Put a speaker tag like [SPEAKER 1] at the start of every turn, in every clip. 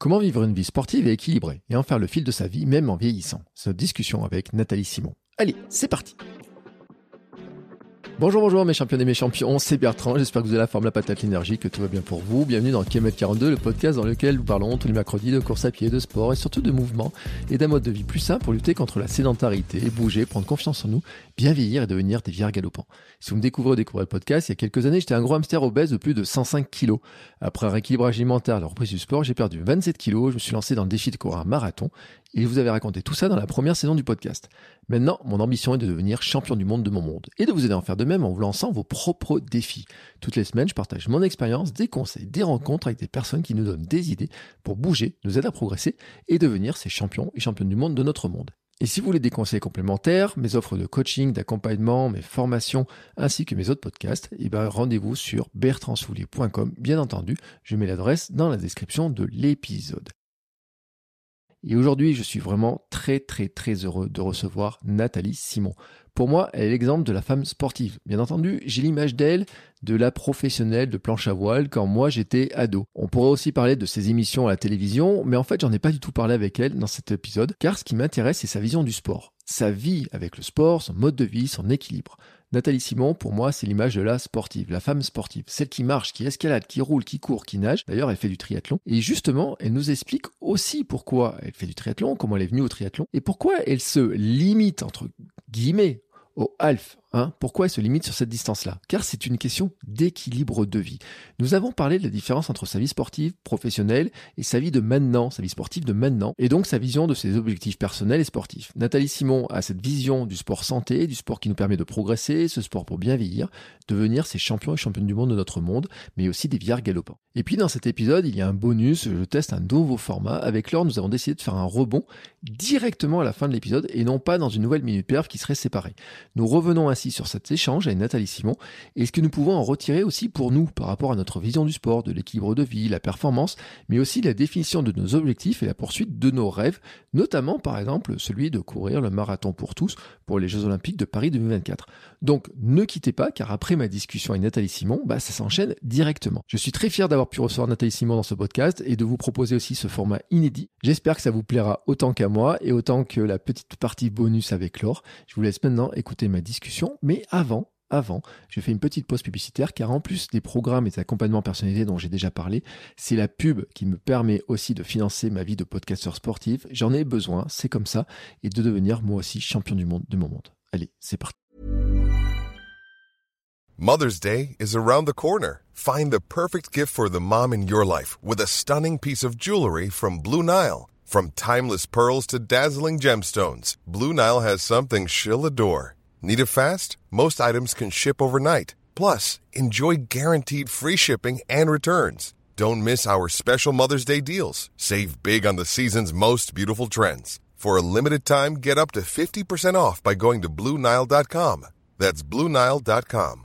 [SPEAKER 1] Comment vivre une vie sportive et équilibrée et en faire le fil de sa vie même en vieillissant? C'est notre discussion avec Nathalie Simon. Allez, c'est parti! Bonjour mes championnes et mes champions, c'est Bertrand, j'espère que vous avez la forme, la patate, l'énergie, que tout va bien pour vous. Bienvenue dans Kilomètre 42, le podcast dans lequel nous parlons tous les mercredis de course à pied, de sport et surtout de mouvement et d'un mode de vie plus sain pour lutter contre la sédentarité, bouger, prendre confiance en nous, bien vieillir et devenir des vieillards galopants. Si vous me découvrez ou découvrez le podcast, il y a quelques années, j'étais un gros hamster obèse de plus de 105 kilos. Après un rééquilibrage alimentaire et la reprise du sport, j'ai perdu 27 kilos, je me suis lancé dans le défi de courir un marathon et je vous avais raconté tout ça dans la première saison du podcast. Maintenant, mon ambition est de devenir champion du monde de mon monde et de vous aider à en faire de même en vous lançant vos propres défis. Toutes les semaines, je partage mon expérience, des conseils, des rencontres avec des personnes qui nous donnent des idées pour bouger, nous aider à progresser et devenir ces champions et championnes du monde de notre monde. Et si vous voulez des conseils complémentaires, mes offres de coaching, d'accompagnement, mes formations, ainsi que mes autres podcasts, rendez-vous sur bertrandsoulier.com. Bien entendu, je mets l'adresse dans la description de l'épisode. Et aujourd'hui, je suis vraiment très heureux de recevoir Nathalie Simon. Pour moi, elle est l'exemple de la femme sportive. Bien entendu, j'ai l'image d'elle, de la professionnelle de planche à voile quand moi j'étais ado. On pourrait aussi parler de ses émissions à la télévision, mais en fait, j'en ai pas du tout parlé avec elle dans cet épisode, car ce qui m'intéresse, c'est sa vision du sport. Sa vie avec le sport, son mode de vie, son équilibre. Nathalie Simon, pour moi, c'est l'image de la sportive, la femme sportive, celle qui marche, qui escalade, qui roule, qui court, qui nage. D'ailleurs, elle fait du triathlon. Et justement, elle nous explique aussi pourquoi elle fait du triathlon, comment elle est venue au triathlon, et pourquoi elle se limite, entre guillemets, au half. Pourquoi elle se limite sur cette distance-là? Car c'est une question d'équilibre de vie. Nous avons parlé de la différence entre sa vie sportive, professionnelle, et sa vie de maintenant, sa vie sportive de maintenant, et donc sa vision de ses objectifs personnels et sportifs. Nathalie Simon a cette vision du sport santé, du sport qui nous permet de progresser, ce sport pour bien vieillir, devenir ces champions et championnes du monde de notre monde, mais aussi des vieillards galopants. Et puis dans cet épisode, il y a un bonus, je teste un nouveau format. Avec Laure, nous avons décidé de faire un rebond directement à la fin de l'épisode, et non pas dans une nouvelle minute perf qui serait séparée. Nous revenons ainsi sur cet échange avec Nathalie Simon et ce que nous pouvons en retirer aussi pour nous par rapport à notre vision du sport, de l'équilibre de vie, la performance, mais aussi la définition de nos objectifs et la poursuite de nos rêves, notamment par exemple celui de courir le marathon pour tous pour les Jeux Olympiques de Paris 2024. Donc ne quittez pas car après ma discussion avec Nathalie Simon, ça s'enchaîne directement. Je suis très fier d'avoir pu recevoir Nathalie Simon dans ce podcast et de vous proposer aussi ce format inédit. J'espère que ça vous plaira autant qu'à moi et autant que la petite partie bonus avec Laure. Je vous laisse maintenant écouter ma discussion, mais avant, je fais une petite pause publicitaire car en plus des programmes et des accompagnements personnalisés dont j'ai déjà parlé, c'est la pub qui me permet aussi de financer ma vie de podcasteur sportif. J'en ai besoin, c'est comme ça, et de devenir moi aussi champion du monde de mon monde. Allez, c'est parti.
[SPEAKER 2] Mother's Day is around the corner. Find the perfect gift for the mom in your life with a stunning piece of jewelry from Blue Nile. From timeless pearls to dazzling gemstones, Blue Nile has something she'll adore. Need it fast? Most items can ship overnight. Plus, enjoy guaranteed free shipping and returns. Don't miss our special Mother's Day deals. Save big on the season's most beautiful trends. For a limited time, get up to 50% off by going to BlueNile.com. That's BlueNile.com.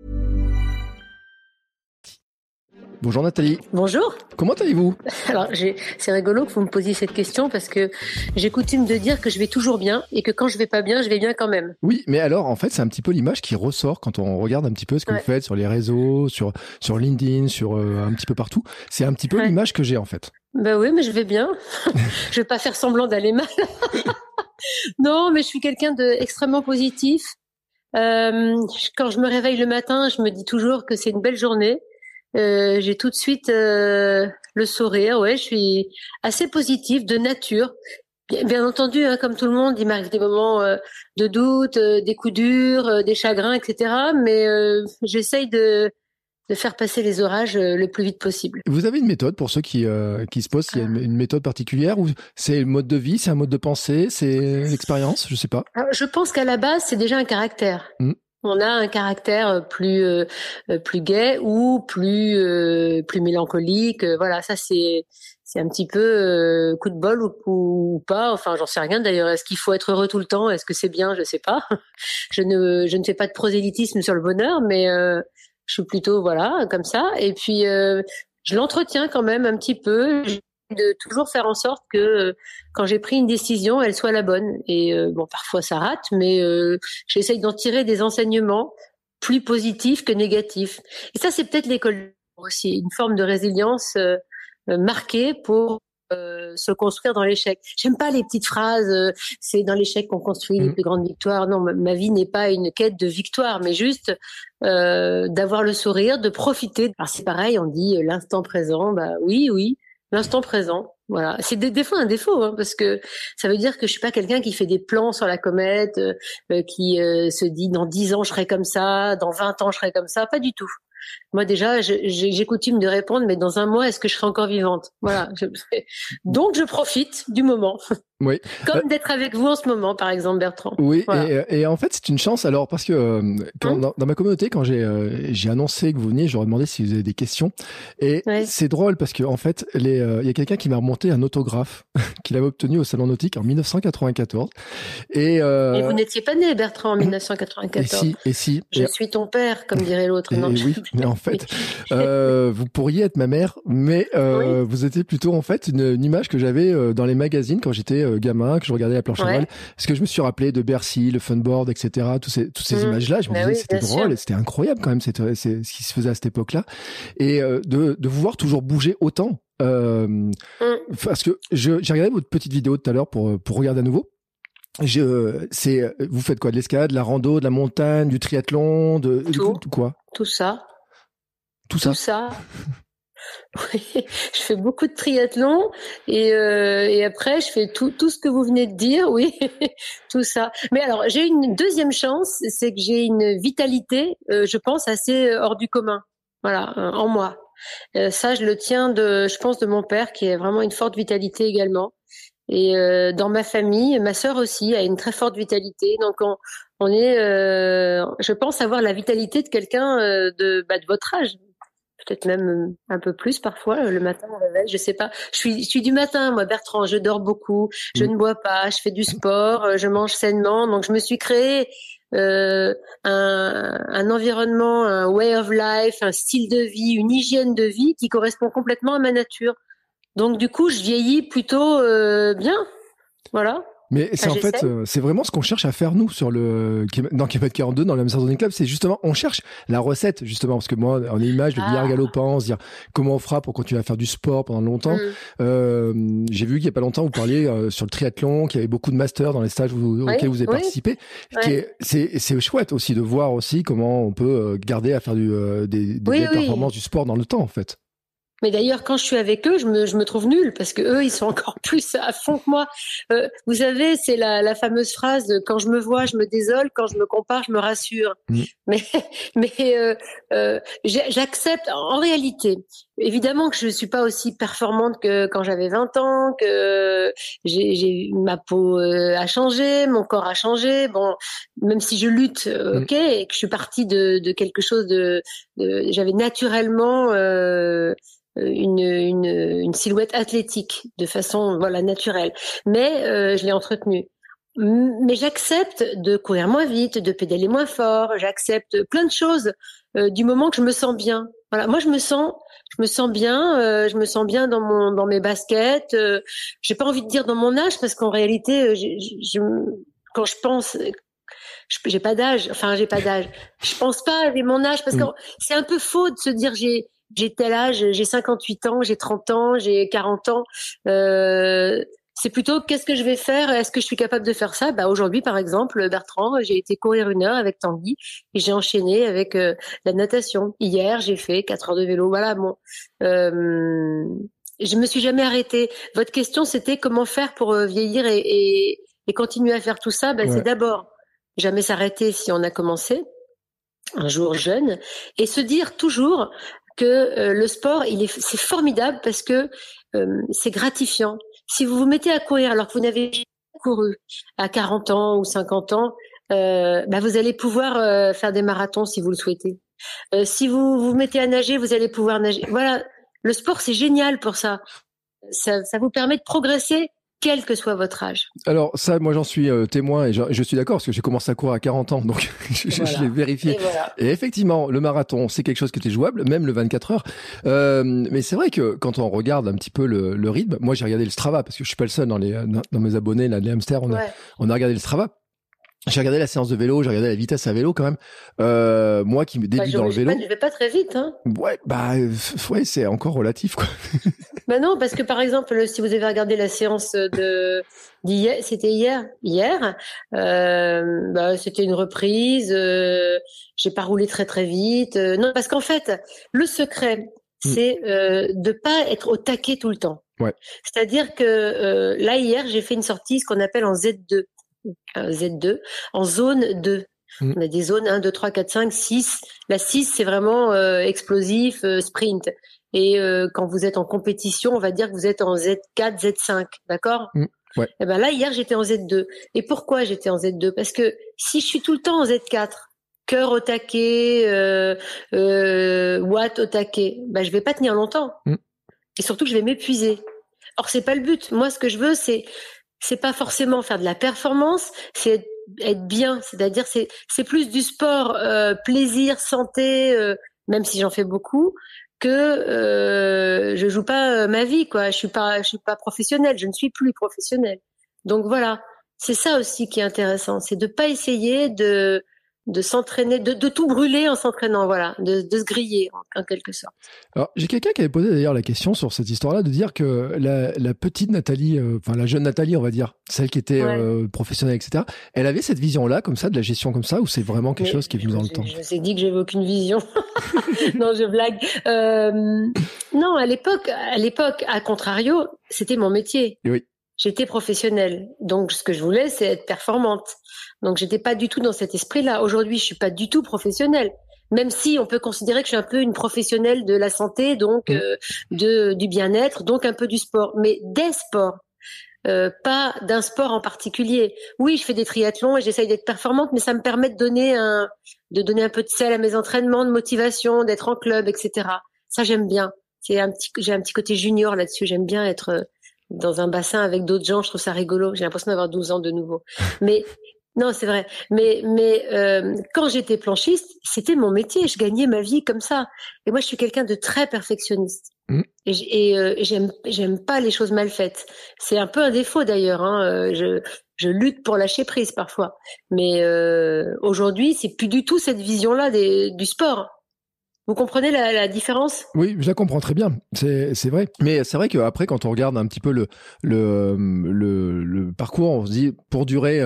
[SPEAKER 1] Bonjour Nathalie.
[SPEAKER 3] Bonjour.
[SPEAKER 1] Comment allez-vous?
[SPEAKER 3] Alors, c'est rigolo que vous me posiez cette question parce que j'ai coutume de dire que je vais toujours bien et que quand je vais pas bien, je vais bien quand même.
[SPEAKER 1] Oui, mais alors en fait, c'est un petit peu l'image qui ressort quand on regarde un petit peu ce que vous faites sur les réseaux, sur LinkedIn, sur un petit peu partout. C'est un petit peu l'image que j'ai en fait.
[SPEAKER 3] Oui, mais je vais bien. Je vais pas faire semblant d'aller mal. Non, mais je suis quelqu'un d'extrêmement positif. Quand je me réveille le matin, je me dis toujours que c'est une belle journée. J'ai tout de suite le sourire. Je suis assez positive de nature. Bien entendu, comme tout le monde, il m'arrive des moments de doute, des coups durs, des chagrins, etc. Mais j'essaye de faire passer les orages le plus vite possible.
[SPEAKER 1] Vous avez une méthode pour ceux qui se posent, il y a une méthode particulière ou c'est le mode de vie, c'est un mode de pensée, c'est l'expérience, je sais pas.
[SPEAKER 3] Alors, je pense qu'à la base, c'est déjà un caractère. On a un caractère plus gai ou plus mélancolique. Voilà, ça c'est un petit peu coup de bol ou pas. Enfin, j'en sais rien d'ailleurs. Est-ce qu'il faut être heureux tout le temps? Est-ce que c'est bien? Je sais pas. Je ne fais pas de prosélytisme sur le bonheur, mais je suis plutôt comme ça. Et puis je l'entretiens quand même un petit peu. De toujours faire en sorte que quand j'ai pris une décision, elle soit la bonne. Et parfois ça rate, mais j'essaye d'en tirer des enseignements plus positifs que négatifs. Et ça, c'est peut-être l'école aussi, une forme de résilience marquée pour se construire dans l'échec. J'aime pas les petites phrases. C'est dans l'échec qu'on construit les plus grandes victoires. Non, ma vie n'est pas une quête de victoire, mais juste d'avoir le sourire, de profiter. Alors c'est pareil, on dit l'instant présent. Bah oui, l'instant présent. Voilà, c'est des fois un défaut, hein, parce que ça veut dire que je suis pas quelqu'un qui fait des plans sur la comète, qui se dit dans 10 ans je serai comme ça, dans 20 ans je serai comme ça, pas du tout. Moi déjà, j'ai coutume de répondre, mais dans un mois, est-ce que je serai encore vivante? Voilà. Donc je profite du moment.
[SPEAKER 1] Oui.
[SPEAKER 3] Comme d'être avec vous en ce moment, par exemple, Bertrand.
[SPEAKER 1] Oui,
[SPEAKER 3] voilà.
[SPEAKER 1] et en fait, c'est une chance. Alors, parce que dans ma communauté, quand j'ai annoncé que vous veniez, j'aurais demandé si vous avez des questions. Et c'est drôle parce que en fait, il y a quelqu'un qui m'a remonté un autographe qu'il avait obtenu au Salon Nautique en 1994. Et
[SPEAKER 3] vous n'étiez pas né, Bertrand, en 1994.
[SPEAKER 1] Et si.
[SPEAKER 3] Je suis ton père, comme dirait l'autre. Non,
[SPEAKER 1] oui, mais en fait, vous pourriez être ma mère, mais vous étiez plutôt en fait une image que j'avais dans les magazines quand j'étais gamin, que je regardais la planche à voile, parce que je me suis rappelé de Bercy, le Funboard, etc. Toutes ces images-là, je me disais c'était drôle, et c'était incroyable quand même, c'est ce qui se faisait à cette époque-là, et de vous voir toujours bouger autant. Parce que j'ai regardé votre petite vidéo tout à l'heure pour regarder à nouveau. Vous faites quoi? De l'escalade, de la rando, de la montagne, du triathlon, de quoi?
[SPEAKER 3] Tout ça.
[SPEAKER 1] Tout ça.
[SPEAKER 3] Oui, je fais beaucoup de triathlon et après je fais tout ce que vous venez de dire, oui, tout ça. Mais alors j'ai une deuxième chance, c'est que j'ai une vitalité, je pense assez hors du commun, voilà, en moi. Ça je le tiens je pense de mon père qui a vraiment une forte vitalité également. Et dans ma famille, ma sœur aussi a une très forte vitalité. Donc on est, je pense avoir la vitalité de quelqu'un de votre âge. Peut-être même un peu plus parfois le matin au réveil, je sais pas. Je suis du matin moi, Bertrand, je dors beaucoup, je ne bois pas, je fais du sport, je mange sainement, donc je me suis créé un environnement, un way of life, un style de vie, une hygiène de vie qui correspond complètement à ma nature. Donc du coup, je vieillis plutôt bien. Voilà.
[SPEAKER 1] Mais c'est en fait, c'est vraiment ce qu'on cherche à faire nous dans Kilomètre 42, dans la Maison Club, c'est justement, on cherche la recette, justement, parce que moi, on a l'image de billard galopant, se dire comment on fera pour continuer à faire du sport pendant longtemps. J'ai vu qu'il y a pas longtemps, vous parliez sur le triathlon, qu'il y avait beaucoup de masters dans les stages auxquels vous avez participé. C'est chouette aussi de voir aussi comment on peut garder à faire des performances du sport dans le temps, en fait.
[SPEAKER 3] Mais d'ailleurs, quand je suis avec eux, je me trouve nulle parce que eux, ils sont encore plus à fond que moi. Vous savez, c'est la fameuse phrase quand je me vois, je me désole, quand je me compare, je me rassure. Mais j'accepte. En réalité, évidemment que je suis pas aussi performante que quand j'avais 20 ans, que ma peau a changé, mon corps a changé. Bon, même si je lutte, ok, et que je suis partie de quelque chose j'avais naturellement une silhouette athlétique de façon naturelle, mais je l'ai entretenue. Mais j'accepte de courir moins vite, de pédaler moins fort, j'accepte plein de choses du moment que je me sens bien. Voilà, moi je me sens bien, je me sens bien dans mes baskets. J'ai pas envie de dire dans mon âge parce qu'en réalité, quand je pense, j'ai pas d'âge. Je pense pas à mon âge parce que c'est un peu faux de se dire j'ai tel âge, j'ai 58 ans, j'ai 30 ans, j'ai 40 ans. C'est plutôt qu'est-ce que je vais faire? Est-ce que je suis capable de faire ça? Aujourd'hui, par exemple, Bertrand, j'ai été courir 1 heure avec Tanguy et j'ai enchaîné avec la natation. Hier, j'ai fait 4 heures de vélo. Voilà, bon. Je me suis jamais arrêtée. Votre question, c'était comment faire pour vieillir et continuer à faire tout ça? C'est d'abord jamais s'arrêter si on a commencé un jour jeune et se dire toujours que le sport, c'est formidable parce que c'est gratifiant. Si vous vous mettez à courir alors que vous n'avez jamais couru à 40 ans ou 50 ans, vous allez pouvoir faire des marathons si vous le souhaitez. Si vous vous mettez à nager, vous allez pouvoir nager. Voilà, le sport, c'est génial pour ça. Ça vous permet de progresser quel que soit votre âge.
[SPEAKER 1] Alors ça, moi j'en suis témoin et je suis d'accord parce que j'ai commencé à courir à 40 ans, donc je l'ai vérifié. Et effectivement, le marathon, c'est quelque chose qui était jouable, même le 24 heures. Mais c'est vrai que quand on regarde un petit peu le rythme, moi j'ai regardé le Strava parce que je suis pas le seul dans mes abonnés, là, les hamsters, on a regardé le Strava. J'ai regardé la séance de vélo, j'ai regardé la vitesse à vélo quand même. Moi qui me débute dans le vélo.
[SPEAKER 3] Je vais pas très vite, hein.
[SPEAKER 1] Ouais, ouais, c'est encore relatif, quoi.
[SPEAKER 3] Bah non, parce que par exemple, si vous avez regardé la séance d'hier, c'était hier, c'était une reprise. J'ai pas roulé très très vite. Non, parce qu'en fait, le secret, c'est de pas être au taquet tout le temps.
[SPEAKER 1] Ouais.
[SPEAKER 3] C'est-à-dire que là hier, j'ai fait une sortie, ce qu'on appelle en Z2. Z2, en zone 2. On a des zones 1, 2, 3, 4, 5, 6. La 6, c'est vraiment explosif, sprint. Et quand vous êtes en compétition, on va dire que vous êtes en Z4, Z5, d'accord ?
[SPEAKER 1] Ouais.
[SPEAKER 3] Et ben là, hier, j'étais en Z2. Et pourquoi j'étais en Z2 ? Parce que si je suis tout le temps en Z4, cœur au taquet, watt au taquet, je vais pas tenir longtemps. Et surtout que je vais m'épuiser. Or, c'est pas le but. Moi, ce que je veux, c'est pas forcément faire de la performance, c'est être bien, c'est-à-dire c'est plus du sport plaisir, santé, même si j'en fais beaucoup, que je joue pas ma vie, quoi. Je suis pas professionnelle, je ne suis plus professionnelle. Donc voilà, c'est ça aussi qui est intéressant, c'est de pas essayer de s'entraîner, de tout brûler en s'entraînant, voilà, de se griller en quelque sorte.
[SPEAKER 1] Alors, j'ai quelqu'un qui avait posé d'ailleurs la question sur cette histoire-là, de dire que la petite Nathalie, la jeune Nathalie, on va dire, celle qui était professionnelle, etc., elle avait cette vision-là, comme ça, de la gestion comme ça, ou c'est vraiment quelque chose qui est venu dans le temps ?
[SPEAKER 3] Je vous ai dit que j'avais aucune vision. Non, je blague. Non, à l'époque, à contrario, c'était mon métier.
[SPEAKER 1] Oui.
[SPEAKER 3] J'étais professionnelle. Donc, ce que je voulais, c'est être performante. Donc, j'étais pas du tout dans cet esprit-là. Aujourd'hui, je suis pas du tout professionnelle. Même si on peut considérer que je suis un peu une professionnelle de la santé, donc du bien-être, donc un peu du sport, mais des sports, pas d'un sport en particulier. Oui, je fais des triathlons et j'essaye d'être performante, mais ça me permet de donner un peu de sel à mes entraînements, de motivation, d'être en club, etc. Ça, j'aime bien. J'ai un petit côté junior là-dessus. J'aime bien être dans un bassin avec d'autres gens. Je trouve ça rigolo. J'ai l'impression d'avoir 12 ans de nouveau. Mais non, c'est vrai. Mais quand j'étais planchiste, c'était mon métier. Je gagnais ma vie comme ça. Et moi, je suis quelqu'un de très perfectionniste. Et j'aime pas les choses mal faites. C'est un peu un défaut d'ailleurs. Hein. Je lutte pour lâcher prise parfois. Mais aujourd'hui, c'est plus du tout cette vision-là du sport. Vous comprenez la différence ?
[SPEAKER 1] Oui, je la comprends très bien. C'est vrai. Mais c'est vrai qu'après, quand on regarde un petit peu le parcours, on se dit pour durer.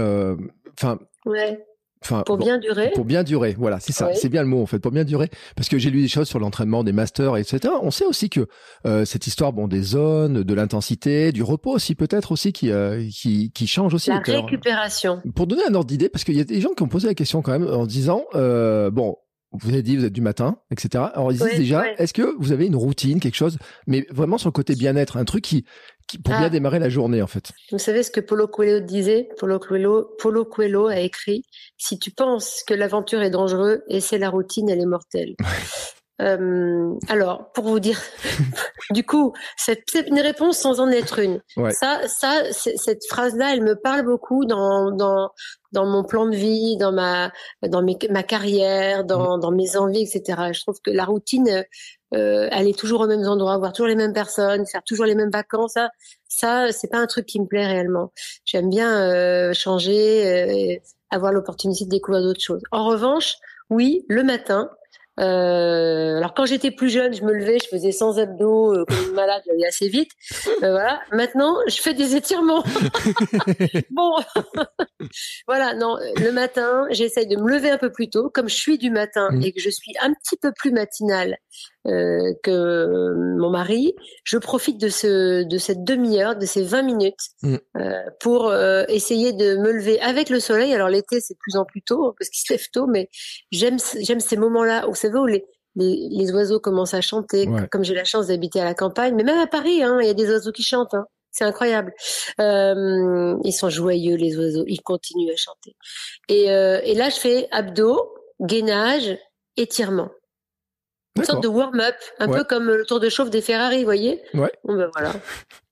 [SPEAKER 3] Pour bien durer.
[SPEAKER 1] Pour bien durer, voilà, c'est ça. Oui. C'est bien le mot en fait, pour bien durer. Parce que j'ai lu des choses sur l'entraînement, des masters, etc. On sait aussi que cette histoire, des zones, de l'intensité, du repos aussi peut-être aussi qui change aussi.
[SPEAKER 3] La récupération.
[SPEAKER 1] Pour donner un ordre d'idée, parce qu'il y a des gens qui ont posé la question quand même en disant vous avez dit, vous êtes du matin, etc. Alors, ils disent déjà, est-ce que vous avez une routine, quelque chose, mais vraiment sur le côté bien-être, un truc qui pour bien démarrer la journée, en fait.
[SPEAKER 3] Vous savez ce que Paulo Coelho disait ? Paulo Coelho a écrit « Si tu penses que l'aventure est dangereuse, essaie la routine, elle est mortelle. » Alors, pour vous dire, du coup, c'est une réponse sans en être une. Ouais. Cette phrase-là, elle me parle beaucoup dans mon plan de vie, dans ma carrière, dans mes envies, etc. Je trouve que la routine, aller toujours aux mêmes endroits, voir toujours les mêmes personnes, faire toujours les mêmes vacances, ça, c'est pas un truc qui me plaît réellement. J'aime bien changer, avoir l'opportunité de découvrir d'autres choses. En revanche, oui, le matin. Alors quand j'étais plus jeune, je me levais, je faisais 100 abdos comme une malade, j'allais assez vite. Voilà. Maintenant, je fais des étirements. Bon, voilà. Non, le matin, j'essaye de me lever un peu plus tôt, comme je suis du matin et que je suis un petit peu plus matinale que mon mari. Je profite de cette demi-heure, de ces 20 minutes pour essayer de me lever avec le soleil. Alors l'été, c'est de plus en plus tôt parce qu'il se lève tôt, mais j'aime ces moments-là. Vous savez où les oiseaux commencent à chanter. Ouais. Comme j'ai la chance d'habiter à la campagne, mais même à Paris, il y a des oiseaux qui chantent. C'est incroyable. Ils sont joyeux, les oiseaux. Ils continuent à chanter. Et là, je fais abdos, gainage, étirement. Une sorte de warm-up, un peu comme le tour de chauffe des Ferrari, vous voyez ?
[SPEAKER 1] Ouais.
[SPEAKER 3] Bon, ben voilà.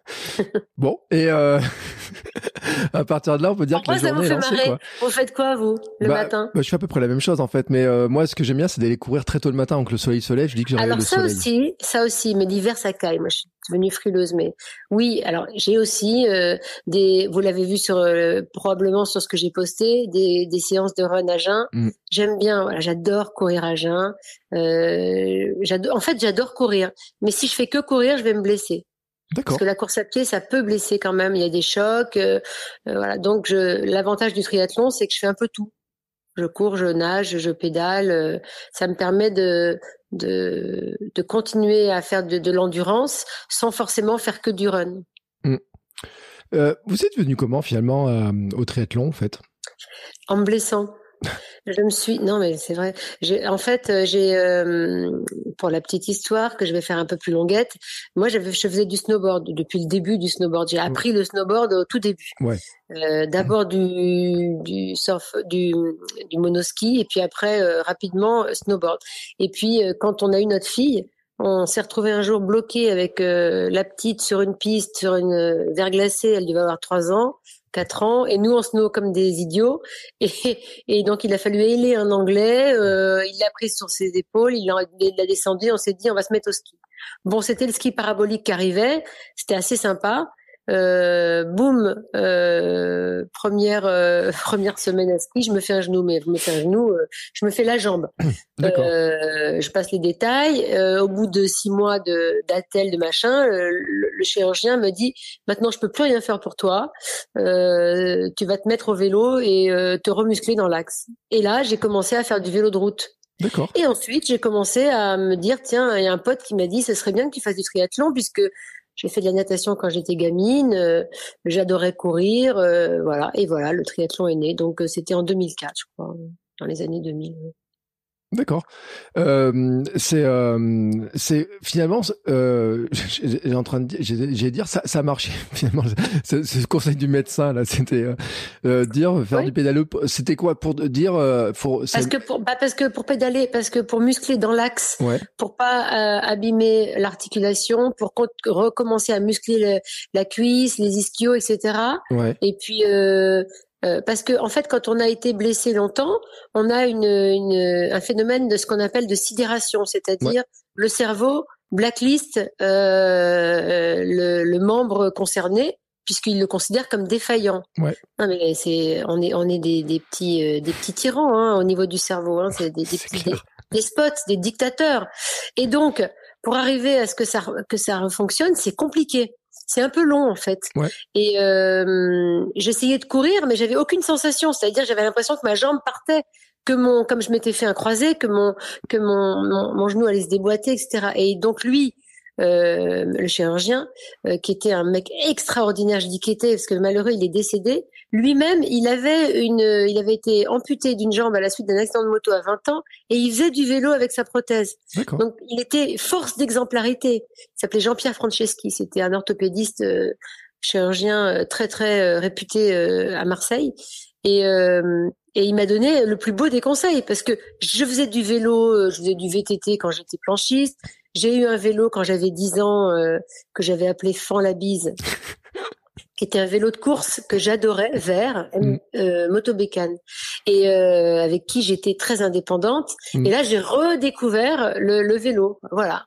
[SPEAKER 1] Bon, et à partir de là, on peut dire que la journée est lancée, quoi.
[SPEAKER 3] Vous faites quoi, vous, le matin?
[SPEAKER 1] Je fais à peu près la même chose, en fait. Mais moi, ce que j'aime bien, c'est d'aller courir très tôt le matin, donc le soleil se lève. Je dis que j'ai le soleil.
[SPEAKER 3] Ça aussi, mais l'hiver, ça caille. Moi, je suis devenue frileuse, mais oui. Alors, j'ai aussi vous l'avez vu probablement sur ce que j'ai posté, des séances de run à jeun. J'aime bien. Voilà, j'adore courir à jeun. En fait, j'adore courir. Mais si je fais que courir, je vais me blesser.
[SPEAKER 1] D'accord.
[SPEAKER 3] Parce que la course à pied, ça peut blesser quand même. Il y a des chocs. Voilà. Donc, l'avantage du triathlon, c'est que je fais un peu tout. Je cours, je nage, je pédale. Ça me permet de continuer à faire de l'endurance sans forcément faire que du run.
[SPEAKER 1] Vous êtes venu comment finalement au triathlon, en fait?
[SPEAKER 3] En me blessant. Non, mais c'est vrai. Pour la petite histoire que je vais faire un peu plus longuette, moi, je faisais du snowboard depuis le début du snowboard. J'ai appris le snowboard au tout début.
[SPEAKER 1] Ouais.
[SPEAKER 3] D'abord du surf, du monoski, et puis après, rapidement, snowboard. Et puis, quand on a eu notre fille, on s'est retrouvé un jour bloqué avec la petite sur une piste, sur une verglacée. Elle devait avoir 3 ans. 4 ans, et nous on snow comme des idiots, et donc il a fallu héler un Anglais, il l'a pris sur ses épaules, il l'a descendu, on s'est dit on va se mettre au ski. Bon, c'était le ski parabolique qui arrivait, c'était assez sympa. Boum, première semaine à ski, je me fais un genou, je me fais la jambe. Je passe les détails. Au bout de 6 mois d'attelle de machin, le chirurgien me dit maintenant je peux plus rien faire pour toi. Tu vas te mettre au vélo et te remuscler dans l'axe. Et là, j'ai commencé à faire du vélo de route.
[SPEAKER 1] D'accord.
[SPEAKER 3] Et ensuite, j'ai commencé à me dire tiens, il y a un pote qui m'a dit ce serait bien que tu fasses du triathlon puisque j'ai fait de la natation quand j'étais gamine, j'adorais courir, voilà. Et voilà, le triathlon est né. Donc c'était en 2004, je crois, dans les années 2000.
[SPEAKER 1] D'accord. C'est finalement, j'ai en train de dire, j'ai dire ça a marché finalement. C'est le conseil du médecin là, c'était dire faire du pédalo. C'était quoi pour dire
[SPEAKER 3] parce que pour pédaler, parce que pour muscler dans l'axe, pour pas abîmer l'articulation, pour recommencer à muscler la cuisse, les ischios, etc. Et puis parce que en fait, quand on a été blessé longtemps, on a un phénomène de ce qu'on appelle de sidération, c'est-à-dire le cerveau blacklist le membre concerné puisqu'il le considère comme défaillant. Non mais on est des petits tyrans hein, au niveau du cerveau, hein, c'est des spots, des dictateurs. Et donc pour arriver à ce que ça fonctionne, c'est compliqué. C'est un peu long en fait. Et j'essayais de courir, mais j'avais aucune sensation. C'est-à-dire, j'avais l'impression que ma jambe partait, comme je m'étais fait un croisé, que mon genou allait se déboîter, etc. Et donc lui, le chirurgien, qui était un mec extraordinaire, je dis qu'il était, parce que malheureux, il est décédé. Lui-même, il avait été amputé d'une jambe à la suite d'un accident de moto à 20 ans, et il faisait du vélo avec sa prothèse. Donc, il était force d'exemplarité. Il s'appelait Jean-Pierre Franceschi. C'était un orthopédiste, chirurgien très très réputé à Marseille. Et il m'a donné le plus beau des conseils, parce que je faisais du vélo, je faisais du VTT quand j'étais planchiste. J'ai eu un vélo quand j'avais 10 ans que j'avais appelé Fan la bise, qui était un vélo de course que j'adorais, vert, motobécane, et avec qui j'étais très indépendante. Et là, j'ai redécouvert le vélo. Voilà.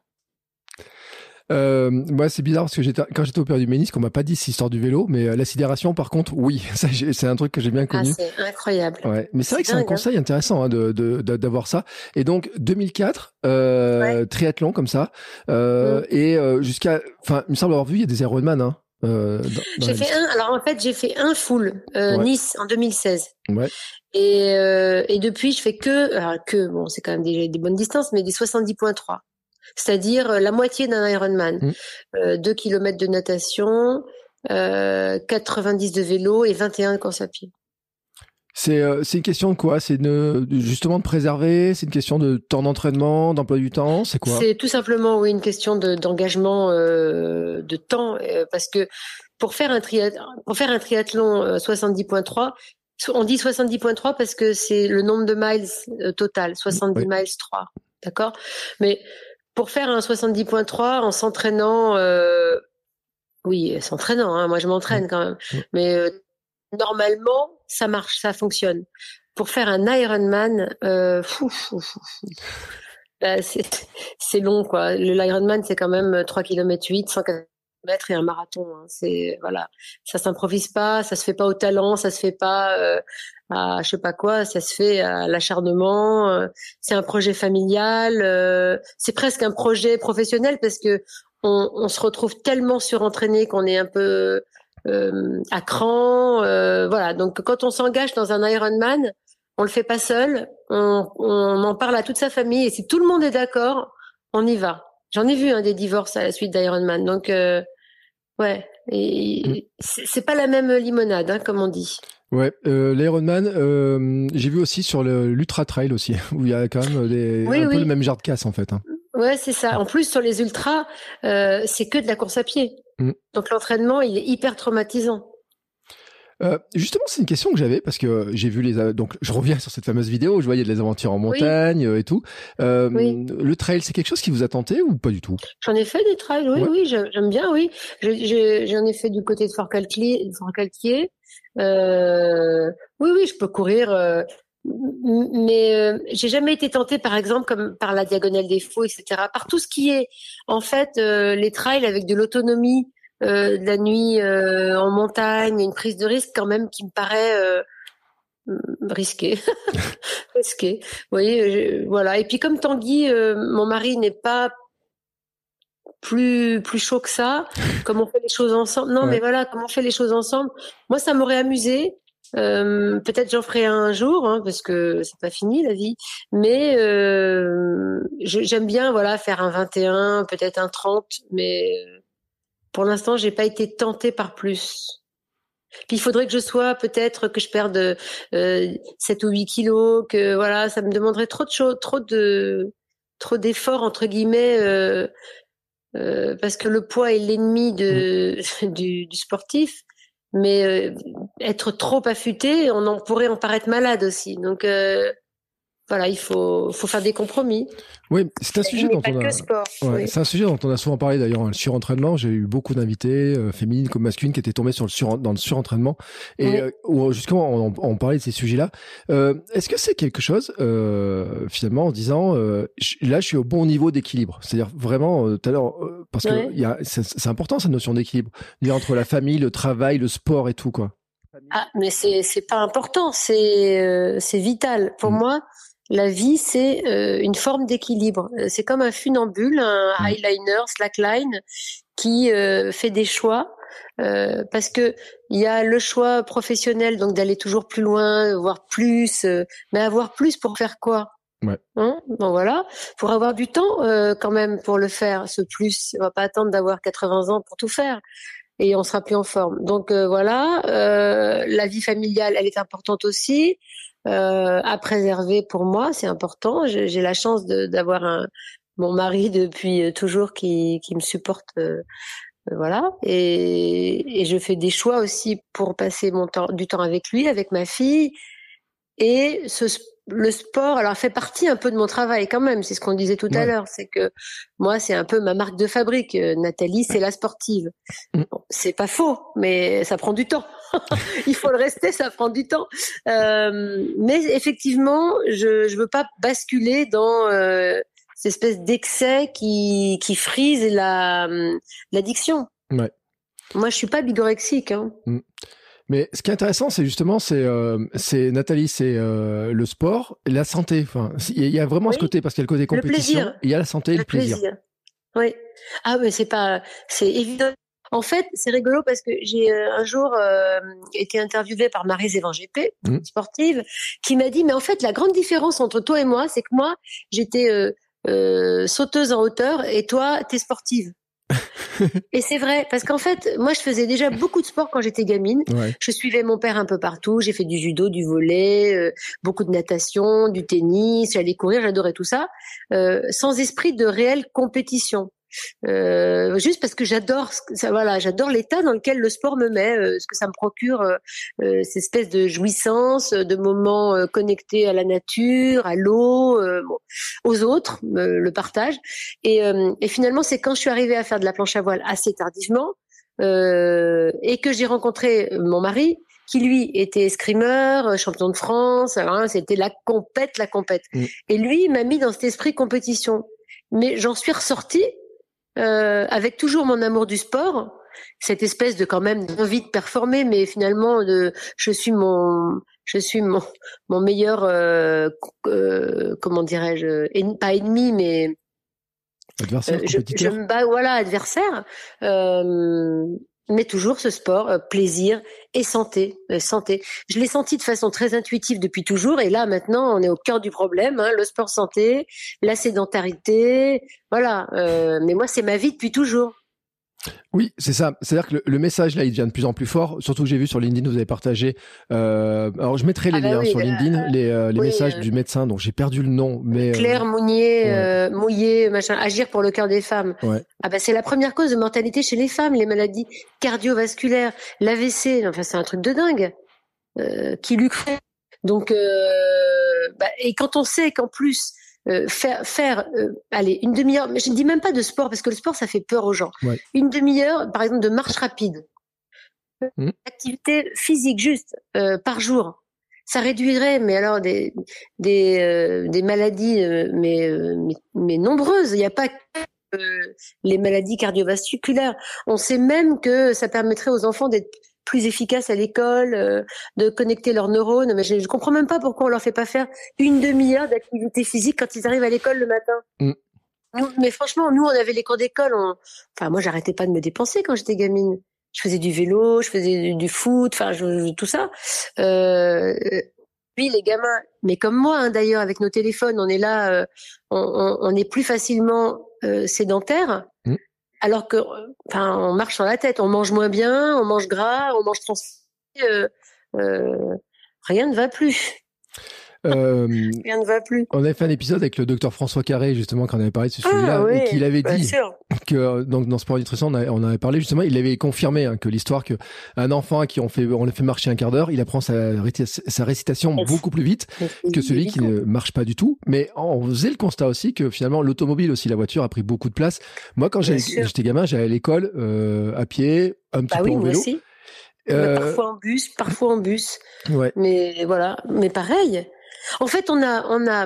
[SPEAKER 1] Moi, c'est bizarre parce que quand j'étais opéré du ménisque, on m'a pas dit cette histoire du vélo, mais la sidération, par contre, oui, ça, c'est un truc que j'ai bien connu.
[SPEAKER 3] C'est incroyable.
[SPEAKER 1] Mais c'est vrai que c'est un conseil intéressant hein, d'avoir ça. Et donc 2004, triathlon comme ça, et jusqu'à, enfin, il me semble avoir vu, il y a des Ironman. Hein,
[SPEAKER 3] j'ai fait un full Nice en 2016. Et depuis, je fais bon, c'est quand même déjà des bonnes distances, mais des 70.3. C'est-à-dire la moitié d'un Ironman, 2 kilomètres de natation, 90 de vélo et 21 de course à pied.
[SPEAKER 1] C'est une question de quoi? C'est justement de préserver? C'est une question de temps d'entraînement, d'emploi du temps? C'est quoi?
[SPEAKER 3] C'est tout simplement une question d'engagement de temps, parce que pour faire un triathlon 70.3, on dit 70.3 parce que c'est le nombre de miles total, 70 miles 3, d'accord? Mais pour faire un 70.3 en s'entraînant Oui, c'est entraînant, hein. Moi, je m'entraîne quand même. Mais normalement, ça marche, ça fonctionne. Pour faire un Ironman, bah, c'est long, quoi. L'Ironman, c'est quand même 3 km 8, 100 km et un marathon. Hein. Voilà. Ça s'improvise pas, ça se fait pas au talent, ça se fait pas à je sais pas quoi, ça se fait à l'acharnement. C'est un projet familial, c'est presque un projet professionnel parce que on se retrouve tellement surentraîné qu'on est un peu à cran. Voilà. Donc, quand on s'engage dans un Ironman, on le fait pas seul, on en parle à toute sa famille et si tout le monde est d'accord, on y va. J'en ai vu des divorces à la suite d'Ironman, donc ouais. Et c'est pas la même limonade, hein, comme on dit.
[SPEAKER 1] Ouais, l'Ironman, j'ai vu aussi sur l'Ultra Trail aussi, où il y a quand même peu le même genre de casse en fait. Hein.
[SPEAKER 3] Ouais, c'est ça. En plus, sur les ultras, c'est que de la course à pied. Donc l'entraînement, il est hyper traumatisant.
[SPEAKER 1] Justement, c'est une question que j'avais parce que j'ai vu donc je reviens sur cette fameuse vidéo où je voyais des aventures en montagne et tout. Le trail, c'est quelque chose qui vous a tenté ou pas du tout?
[SPEAKER 3] J'en ai fait des trails, oui, j'aime bien, oui. J'en ai fait du côté de Fort-Calquier. Oui, je peux courir, mais j'ai jamais été tentée, par exemple, comme par la Diagonale des Fous, etc. Par tout ce qui est, en fait, les trails avec de l'autonomie. De la nuit en montagne, une prise de risque quand même qui me paraît risquée. Risquée. Vous voyez, voilà. Et puis comme Tanguy, mon mari n'est pas plus chaud que ça. Comme on fait les choses ensemble. Non, mais voilà, comme on fait les choses ensemble. Moi, ça m'aurait amusé. Peut-être j'en ferai un jour, hein, parce que c'est pas fini la vie. Mais j'aime bien, voilà, faire un 21, peut-être un 30, mais pour l'instant, j'ai pas été tentée par plus. Puis il faudrait que que je perde 7 ou 8 kilos, que voilà, ça me demanderait trop de choses, trop d'efforts entre guillemets, parce que le poids est l'ennemi du sportif. Mais être trop affûté, on pourrait en paraître malade aussi. Donc voilà, il faut faire des compromis.
[SPEAKER 1] Oui, c'est un sujet dont c'est un sujet dont on a souvent parlé d'ailleurs, le surentraînement. J'ai eu beaucoup d'invités, féminines comme masculines, qui étaient tombées dans le surentraînement. Et justement, on parlait de ces sujets-là. Est-ce que c'est quelque chose, finalement, en disant, là, je suis au bon niveau d'équilibre. C'est-à-dire vraiment, tout à l'heure, parce que c'est important cette notion d'équilibre, entre la famille, le travail, le sport et tout, quoi.
[SPEAKER 3] Ah, mais c'est pas important, c'est vital. Pour moi, la vie, c'est une forme d'équilibre. C'est comme un funambule, un highliner, slackline, qui fait des choix. Parce que il y a le choix professionnel, donc d'aller toujours plus loin, voir plus, mais avoir plus pour faire quoi? Bon, voilà, pour avoir du temps quand même pour le faire, ce plus. On va pas attendre d'avoir 80 ans pour tout faire. Et on sera plus en forme. Donc voilà, la vie familiale, elle est importante aussi. À préserver pour moi, c'est important. J'ai la chance d'avoir mon mari depuis toujours qui me supporte, voilà. Et je fais des choix aussi pour passer du temps avec lui, avec ma fille. Et le sport, alors fait partie un peu de mon travail quand même. C'est ce qu'on disait tout à l'heure, c'est que moi, c'est un peu ma marque de fabrique. Nathalie, c'est la sportive. Bon, c'est pas faux, mais ça prend du temps. Il faut le rester, ça prend du temps. Mais effectivement, je veux pas basculer dans cette espèce d'excès qui frise l'addiction.
[SPEAKER 1] Ouais.
[SPEAKER 3] Moi, je suis pas bigorexique. Hein.
[SPEAKER 1] Mais ce qui est intéressant, c'est justement, c'est Nathalie, c'est le sport, la santé. Enfin, il y a vraiment ce côté, parce qu'il y a le côté compétition, il y a la santé et le plaisir.
[SPEAKER 3] Oui. Ah, mais c'est évident. En fait, c'est rigolo parce que j'ai un jour été interviewée par Marie-Zévan Gépé, sportive, qui m'a dit, mais en fait, la grande différence entre toi et moi, c'est que moi, j'étais sauteuse en hauteur et toi, t'es sportive. Et c'est vrai, parce qu'en fait, moi, je faisais déjà beaucoup de sport quand j'étais gamine. Je suivais mon père un peu partout. J'ai fait du judo, du volley, beaucoup de natation, du tennis. J'allais courir, j'adorais tout ça, sans esprit de réelle compétition. Juste parce que j'adore l'état dans lequel le sport me met, ce que ça me procure, cette espèce de jouissance, de moments connectés à la nature, à l'eau, aux autres, le partage. Et finalement, c'est quand je suis arrivée à faire de la planche à voile assez tardivement, et que j'ai rencontré mon mari, qui lui était escrimeur, champion de France. Alors, hein, c'était la compète. Et lui m'a mis dans cet esprit compétition. Mais j'en suis ressortie avec toujours mon amour du sport, cette espèce de quand même d'envie de performer, mais finalement je suis mon meilleur comment dirais-je, pas ennemi, mais
[SPEAKER 1] adversaire,
[SPEAKER 3] je me bats, voilà, adversaire. Mais toujours ce sport, plaisir et santé. Je l'ai senti de façon très intuitive depuis toujours, et là maintenant on est au cœur du problème, hein, le sport santé, la sédentarité, voilà. Mais moi c'est ma vie depuis toujours.
[SPEAKER 1] Oui, c'est ça. C'est-à-dire que le message là, il devient de plus en plus fort. Surtout que j'ai vu sur LinkedIn, vous avez partagé. Alors je mettrai les liens sur LinkedIn, les messages du médecin dont j'ai perdu le nom, mais
[SPEAKER 3] Claire Mounier, Mouillé, machin. Agir pour le cœur des femmes.
[SPEAKER 1] Ouais.
[SPEAKER 3] Ah bah c'est la première cause de mortalité chez les femmes, les maladies cardiovasculaires, l'AVC. Enfin c'est un truc de dingue. Qui lui crée. Donc et quand on sait qu'en plus faire allez, une demi-heure, mais je ne dis même pas de sport parce que le sport ça fait peur aux gens.
[SPEAKER 1] Ouais.
[SPEAKER 3] Une demi-heure par exemple de marche rapide, activité physique juste par jour, ça réduirait mais alors des maladies mais nombreuses. Il n'y a pas que les maladies cardiovasculaires. On sait même que ça permettrait aux enfants d'être plus efficaces à l'école, de connecter leurs neurones. Mais je comprends même pas pourquoi on leur fait pas faire une demi-heure d'activité physique quand ils arrivent à l'école le matin. Mais franchement, nous, on avait les cours d'école. Enfin, moi, j'arrêtais pas de me dépenser quand j'étais gamine. Je faisais du vélo, je faisais du foot, enfin, tout ça. Puis les gamins, mais comme moi, hein, d'ailleurs, avec nos téléphones, on est là, on est plus facilement sédentaire. Alors que, enfin, on marche sur la tête, on mange moins bien, on mange gras, on mange transformé, rien ne va plus. Rien ne va plus.
[SPEAKER 1] On avait fait un épisode avec le docteur François Carré, justement, quand on avait parlé de ce sujet-là, et qu'il avait dit que, donc, dans Sport Nutrition, on avait parlé, justement, il avait confirmé, hein, que l'histoire que un enfant à qui on le fait marcher un quart d'heure, il apprend sa récitation beaucoup plus vite que celui qui ne marche pas du tout. Mais on faisait le constat aussi que, finalement, l'automobile aussi, la voiture a pris beaucoup de place. Moi, quand j'étais gamin, j'allais à l'école, à pied, un petit peu en vélo.
[SPEAKER 3] Moi aussi. Parfois en bus.
[SPEAKER 1] Ouais.
[SPEAKER 3] Mais voilà. Mais pareil. En fait, on a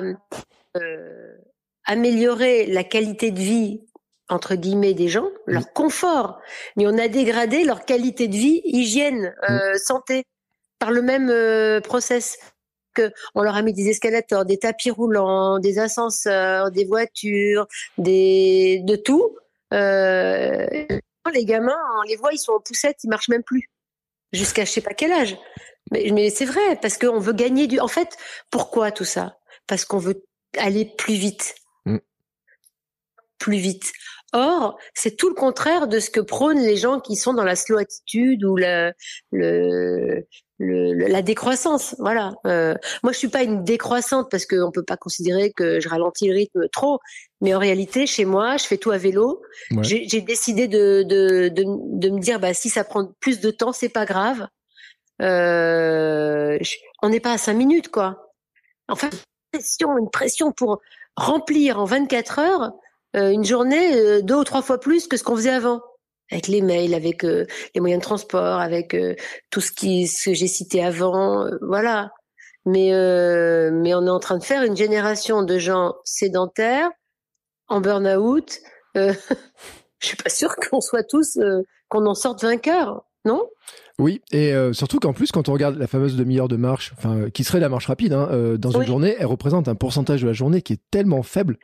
[SPEAKER 3] amélioré la qualité de vie entre guillemets des gens, leur confort, mais on a dégradé leur qualité de vie, hygiène, santé par le même process. Que on leur a mis des escalators, des tapis roulants, des ascenseurs, des voitures, de tout. Les gamins, on les voit, ils sont en poussette, ils marchent même plus jusqu'à je sais pas quel âge. Mais c'est vrai, parce qu'on veut gagner En fait, pourquoi tout ça? Parce qu'on veut aller plus vite. Plus vite. Or, c'est tout le contraire de ce que prônent les gens qui sont dans la slow attitude ou la décroissance. Voilà. Moi, je suis pas une décroissante parce qu'on peut pas considérer que je ralentis le rythme trop. Mais en réalité, chez moi, je fais tout à vélo. Ouais. J'ai décidé de me dire, bah, si ça prend plus de temps, c'est pas grave. On n'est pas à 5 minutes, quoi. Enfin, une pression pour remplir en 24 heures une journée 2 ou 3 fois plus que ce qu'on faisait avant. Avec les mails, avec les moyens de transport, avec tout ce que j'ai cité avant, voilà. Mais on est en train de faire une génération de gens sédentaires, en burn-out. Je suis pas sûre qu'on soit tous, qu'on en sorte vainqueurs, non ?
[SPEAKER 1] Oui, et surtout qu'en plus, quand on regarde la fameuse demi-heure de marche, enfin, qui serait la marche rapide, hein, dans une journée, elle représente un pourcentage de la journée qui est tellement faible.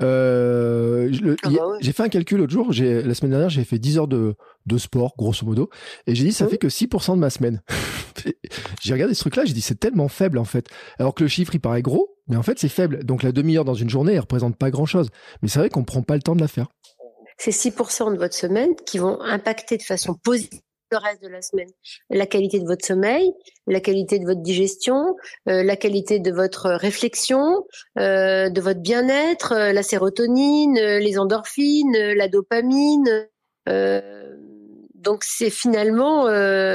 [SPEAKER 1] J'ai fait un calcul l'autre jour, la semaine dernière, j'ai fait 10 heures de sport, grosso modo, et j'ai dit, ça fait que 6% de ma semaine. J'ai regardé ce truc-là, j'ai dit, c'est tellement faible, en fait. Alors que le chiffre, il paraît gros, mais en fait, c'est faible. Donc, la demi-heure dans une journée, elle représente pas grand-chose. Mais c'est vrai qu'on prend pas le temps de la faire.
[SPEAKER 3] C'est 6% de votre semaine qui vont impacter de façon positive le reste de la semaine. La qualité de votre sommeil, la qualité de votre digestion, la qualité de votre réflexion, de votre bien-être, la sérotonine, les endorphines, la dopamine. Donc c'est finalement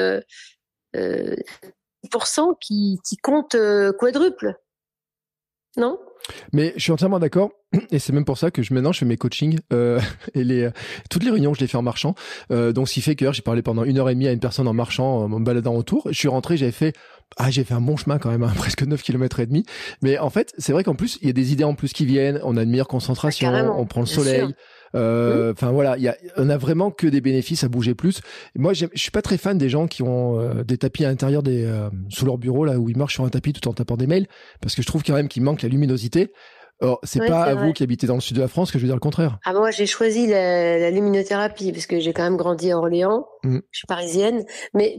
[SPEAKER 3] 10% qui compte quadruple. Non?
[SPEAKER 1] Mais je suis entièrement d'accord, et c'est même pour ça que maintenant je fais mes coachings et toutes les réunions je les fais en marchant. Donc ce qui fait que j'ai parlé pendant 1h30 à une personne en marchant, en me baladant autour. Je suis rentré, j'ai fait un bon chemin quand même, hein, presque 9 km et demi. Mais en fait, c'est vrai qu'en plus il y a des idées en plus qui viennent. On a une meilleure concentration, on prend le soleil. Enfin voilà, on a vraiment que des bénéfices à bouger plus. Et moi, je suis pas très fan des gens qui ont des tapis à l'intérieur sous leur bureau là où ils marchent sur un tapis tout en tapant des mails, parce que je trouve quand même qu'il manque la luminosité. Alors, c'est pas à vous qui habitez dans le sud de la France que je veux dire le contraire.
[SPEAKER 3] Ah, moi, j'ai choisi la luminothérapie parce que j'ai quand même grandi à Orléans. Je suis parisienne, mais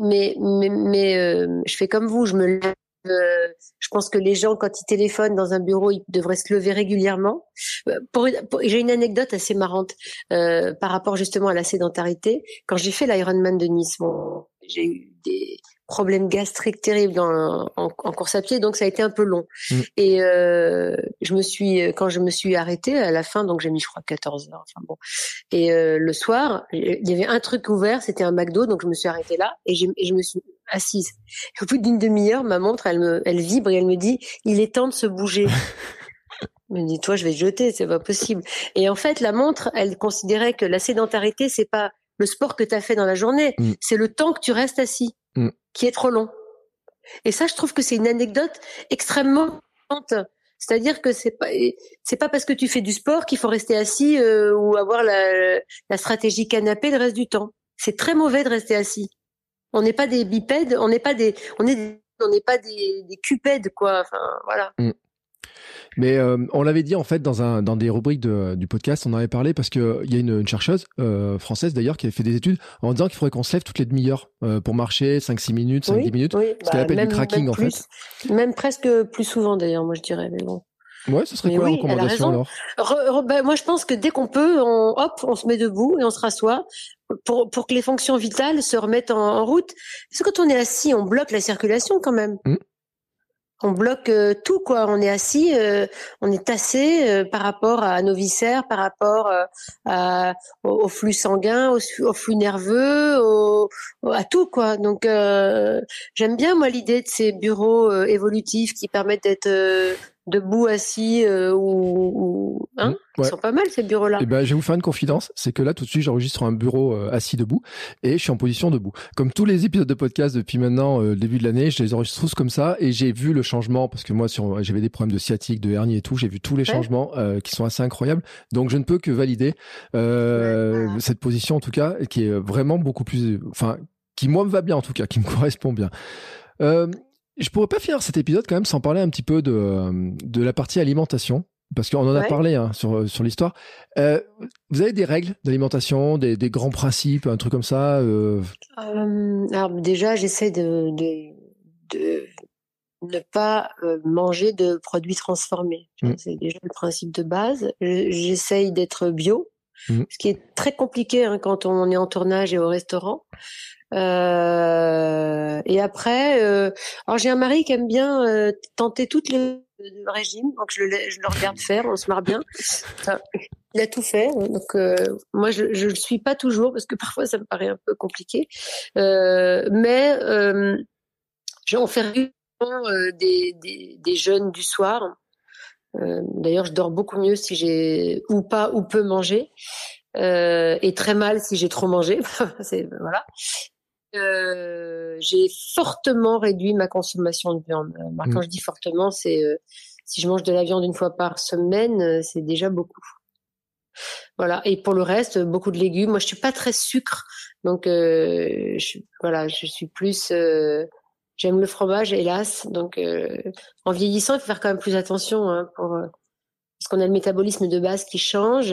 [SPEAKER 3] je fais comme vous, je me lève. Je pense que les gens, quand ils téléphonent dans un bureau, ils devraient se lever régulièrement. J'ai une anecdote assez marrante par rapport justement à la sédentarité. Quand j'ai fait l'Ironman de Nice, j'ai eu des problèmes gastriques terribles en course à pied, donc ça a été un peu long. Et quand je me suis arrêtée à la fin, donc j'ai mis je crois 14 heures. Enfin bon. Et le soir, il y avait un truc ouvert, c'était un McDo, donc je me suis arrêtée là et je me suis assise. Et au bout d'une demi-heure, ma montre, elle vibre et elle me dit il est temps de se bouger. Je me dis toi, je vais te jeter, c'est pas possible. Et en fait, la montre, elle considérait que la sédentarité, c'est pas le sport que tu as fait dans la journée, c'est le temps que tu restes assis, qui est trop long. Et ça, je trouve que c'est une anecdote extrêmement importante. C'est-à-dire que c'est pas parce que tu fais du sport qu'il faut rester assis ou avoir la stratégie canapé le reste du temps. C'est très mauvais de rester assis. On n'est pas des bipèdes, on n'est pas des cupèdes, quoi. Enfin, voilà.
[SPEAKER 1] Mais on l'avait dit en fait dans des rubriques du podcast, on en avait parlé parce que il y a une chercheuse française d'ailleurs qui avait fait des études en disant qu'il faudrait qu'on se lève toutes les demi-heures pour marcher 5-6 minutes, 5-10 minutes, ce qu'elle appelle du cracking en fait.
[SPEAKER 3] Même presque plus souvent d'ailleurs, moi je dirais, mais bon.
[SPEAKER 1] Ouais, ce serait quoi la recommandation alors?
[SPEAKER 3] Moi je pense que dès qu'on peut, on se met debout et on se rassoit pour que les fonctions vitales se remettent en route. Parce que quand on est assis, on bloque la circulation quand même. On bloque tout, quoi. On est assis, on est tassé par rapport à nos viscères, par rapport au flux sanguin, au flux nerveux, à tout, quoi. Donc, j'aime bien, moi, l'idée de ces bureaux évolutifs qui permettent d'être debout, assis Ils sont pas mal, ces bureaux-là.
[SPEAKER 1] Et ben, je vais vous faire une confidence, c'est que là, tout de suite, j'enregistre sur un bureau assis debout et je suis en position debout. Comme tous les épisodes de podcast depuis maintenant le début de l'année, je les enregistre tous comme ça et j'ai vu le changement parce que moi, j'avais des problèmes de sciatique, de hernie et tout, j'ai vu tous les changements qui sont assez incroyables. Donc, je ne peux que valider cette position, en tout cas, qui est vraiment beaucoup plus... Enfin, qui, moi, me va bien, en tout cas, qui me correspond bien. Je pourrais pas finir cet épisode quand même sans parler un petit peu de la partie alimentation. Parce qu'on en a parlé sur l'histoire. Vous avez des règles d'alimentation, des grands principes, un truc comme ça
[SPEAKER 3] Alors déjà, j'essaie de ne pas manger de produits transformés. C'est déjà le principe de base. J'essaye d'être bio, ce qui est très compliqué quand on est en tournage et au restaurant. Et après, alors j'ai un mari qui aime bien tenter toutes les régimes, donc je le regarde faire, on se marre bien. Enfin, il a tout fait, donc moi je le suis pas toujours parce que parfois ça me paraît un peu compliqué, mais on fait régulièrement des jeûnes du soir. D'ailleurs, je dors beaucoup mieux si j'ai ou peu mangé, et très mal si j'ai trop mangé. Voilà. J'ai fortement réduit ma consommation de viande. Quand je dis fortement, c'est si je mange de la viande une fois par semaine, c'est déjà beaucoup. Voilà. Et pour le reste, beaucoup de légumes. Moi, je suis pas très sucre, donc je suis plus. J'aime le fromage, hélas. Donc, en vieillissant, il faut faire quand même plus attention, parce qu'on a le métabolisme de base qui change.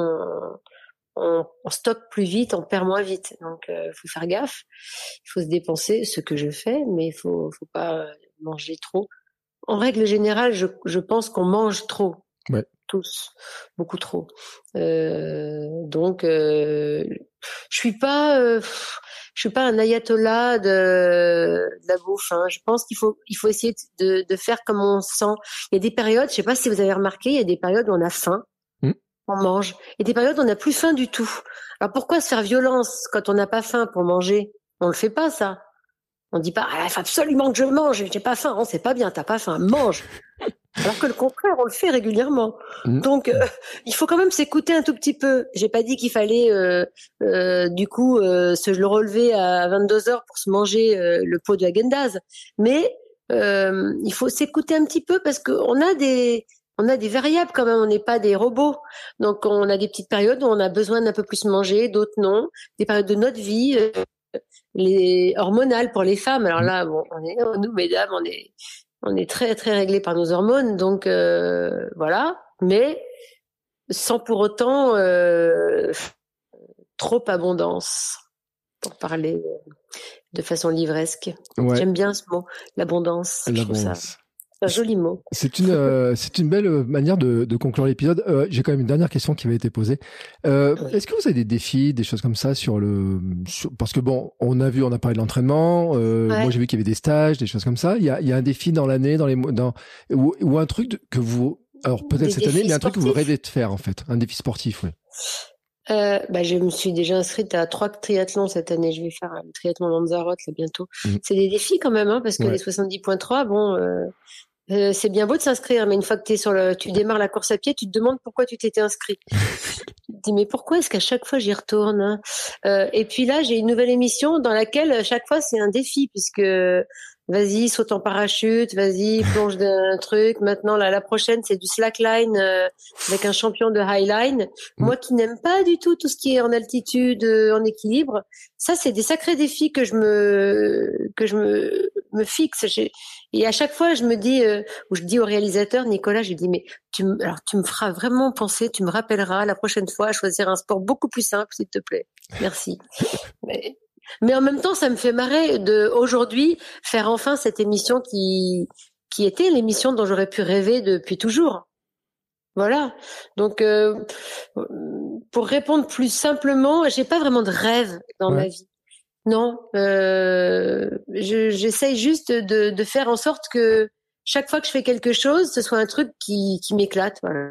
[SPEAKER 3] On stocke plus vite, on perd moins vite. Donc, faut faire gaffe. Il faut se dépenser, ce que je fais, mais il faut pas manger trop. En règle générale, je pense qu'on mange trop.
[SPEAKER 1] Ouais.
[SPEAKER 3] Tous. Beaucoup trop. Donc, je suis pas un ayatollah de la bouffe. Je pense qu'il faut essayer de faire comme on sent. Il y a des périodes, je sais pas si vous avez remarqué, il y a des périodes où on a faim. On mange. Et des périodes où on n'a plus faim du tout. Alors pourquoi se faire violence quand on n'a pas faim pour manger? On le fait pas, ça. On dit pas, il faut absolument que je mange, j'ai pas faim. Non, c'est pas bien, t'as pas faim, mange. Alors que le contraire, on le fait régulièrement. Donc, il faut quand même s'écouter un tout petit peu. J'ai pas dit qu'il fallait, se le relever à 22h pour se manger le pot de Häagen-Dazs. Mais il faut s'écouter un petit peu parce qu'on a des variables quand même. On n'est pas des robots. Donc, on a des petites périodes où on a besoin d'un peu plus manger, d'autres non. Des périodes de notre vie. Les hormonales pour les femmes. Alors là, bon, nous, mesdames, on est très, très réglés par nos hormones. Donc, voilà. Mais sans pour autant trop abondance, pour parler de façon livresque. Ouais. J'aime bien ce mot, l'abondance.
[SPEAKER 1] L'abondance.
[SPEAKER 3] C'est un joli mot.
[SPEAKER 1] C'est une belle manière de conclure l'épisode. J'ai quand même une dernière question qui m'avait été posée. Est-ce que vous avez des défis, des choses comme ça parce que bon, on a parlé de l'entraînement. Moi, j'ai vu qu'il y avait des stages, des choses comme ça. Il y a un défi dans l'année, ou un truc que vous, alors peut-être cette année, mais un truc que vous rêvez de faire en fait, un défi sportif, oui.
[SPEAKER 3] Je me suis déjà inscrite à 3 triathlons cette année. Je vais faire le triathlon Lanzarote là bientôt. C'est des défis quand même, parce que les 70.3, bon. C'est bien beau de s'inscrire, mais une fois que tu démarres la course à pied, tu te demandes pourquoi tu t'étais inscrit. Tu te dis, mais pourquoi est-ce qu'à chaque fois j'y retourne, hein? Et puis là, j'ai une nouvelle émission dans laquelle chaque fois c'est un défi, puisque vas-y, saute en parachute, vas-y, plonge d'un truc. Maintenant, la prochaine, c'est du slackline avec un champion de highline. Moi qui n'aime pas du tout ce qui est en altitude, en équilibre, ça, c'est des sacrés défis que je me fixe. Et à chaque fois, je me dis, ou je dis au réalisateur, Nicolas, je lui dis, mais tu me feras vraiment penser, tu me rappelleras la prochaine fois à choisir un sport beaucoup plus simple, s'il te plaît. Merci. Mais en même temps, ça me fait marrer aujourd'hui faire enfin cette émission qui était l'émission dont j'aurais pu rêver depuis toujours. Voilà. Donc, pour répondre plus simplement, j'ai pas vraiment de rêve dans ma vie. Non, j'essaye juste de faire en sorte que chaque fois que je fais quelque chose, ce soit un truc qui m'éclate. Voilà.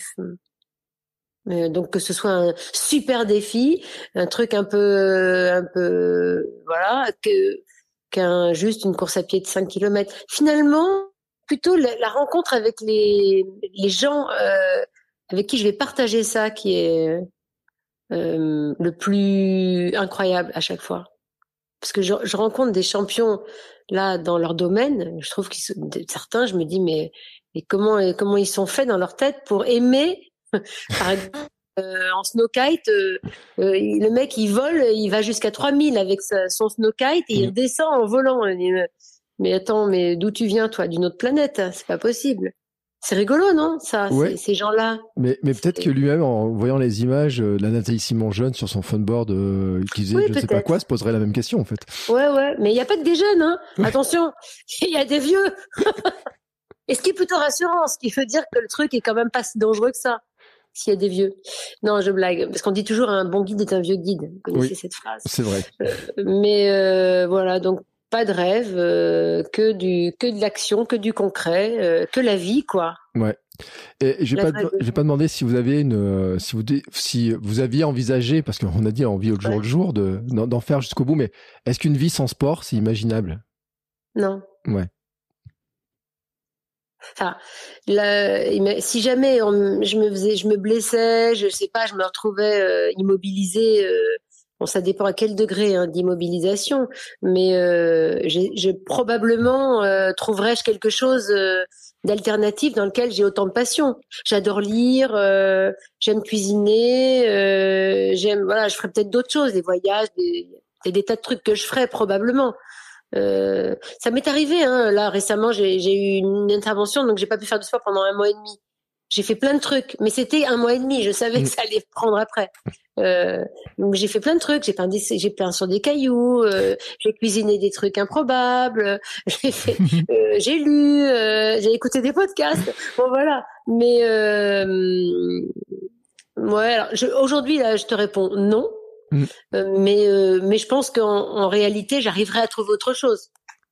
[SPEAKER 3] Donc que ce soit un super défi, un truc un peu voilà, juste une course à pied de 5 km. Finalement, plutôt la rencontre avec les gens avec qui je vais partager ça qui est le plus incroyable à chaque fois. Parce que je rencontre des champions là dans leur domaine. Je trouve certains, je me dis mais comment ils sont faits dans leur tête pour aimer. Par exemple, en snowkite, le mec il vole, il va jusqu'à 3000 avec son snowkite et il redescend en volant. Mais attends, mais d'où tu viens toi? D'une autre planète? C'est pas possible. C'est rigolo, non, ça, ces gens-là.
[SPEAKER 1] Mais peut-être que lui-même, en voyant les images de la Nathalie Simon jeune sur son funboard qui faisait je sais pas quoi, se poserait la même question en fait.
[SPEAKER 3] Ouais, mais il n'y a pas que des jeunes, hein. Attention, il y a des vieux. Et ce qui est plutôt rassurant, ce qui veut dire que le truc est quand même pas si dangereux que ça, s'il y a des vieux. Non, je blague, parce qu'on dit toujours un bon guide est un vieux guide. Vous connaissez cette phrase.
[SPEAKER 1] C'est vrai.
[SPEAKER 3] Mais voilà, donc pas de rêve, que de l'action, que du concret, que la vie, quoi.
[SPEAKER 1] Ouais. Et je vais pas demander si vous avez si vous aviez envisagé, parce qu'on a dit on vit au jour le jour, d'en faire jusqu'au bout, mais est-ce qu'une vie sans sport, c'est imaginable?
[SPEAKER 3] Non.
[SPEAKER 1] Ouais.
[SPEAKER 3] Enfin, si jamais je me blessais, je sais pas, je me retrouvais immobilisée. Bon, ça dépend à quel degré d'immobilisation, mais je probablement trouverais-je quelque chose d'alternatif dans lequel j'ai autant de passion. J'adore lire, j'aime cuisiner, je ferais peut-être d'autres choses, des voyages, des tas de trucs que je ferais probablement. Ça m'est arrivé, là récemment, j'ai eu une intervention, donc j'ai pas pu faire de sport pendant 1 mois et demi. J'ai fait plein de trucs, mais c'était 1 mois et demi. Je savais que ça allait prendre après. Donc j'ai fait plein de trucs. J'ai peint sur des cailloux. J'ai cuisiné des trucs improbables. J'ai lu. J'ai écouté des podcasts. Bon voilà. Mais alors aujourd'hui là, je te réponds non. Mais je pense qu'en réalité, j'arriverai à trouver autre chose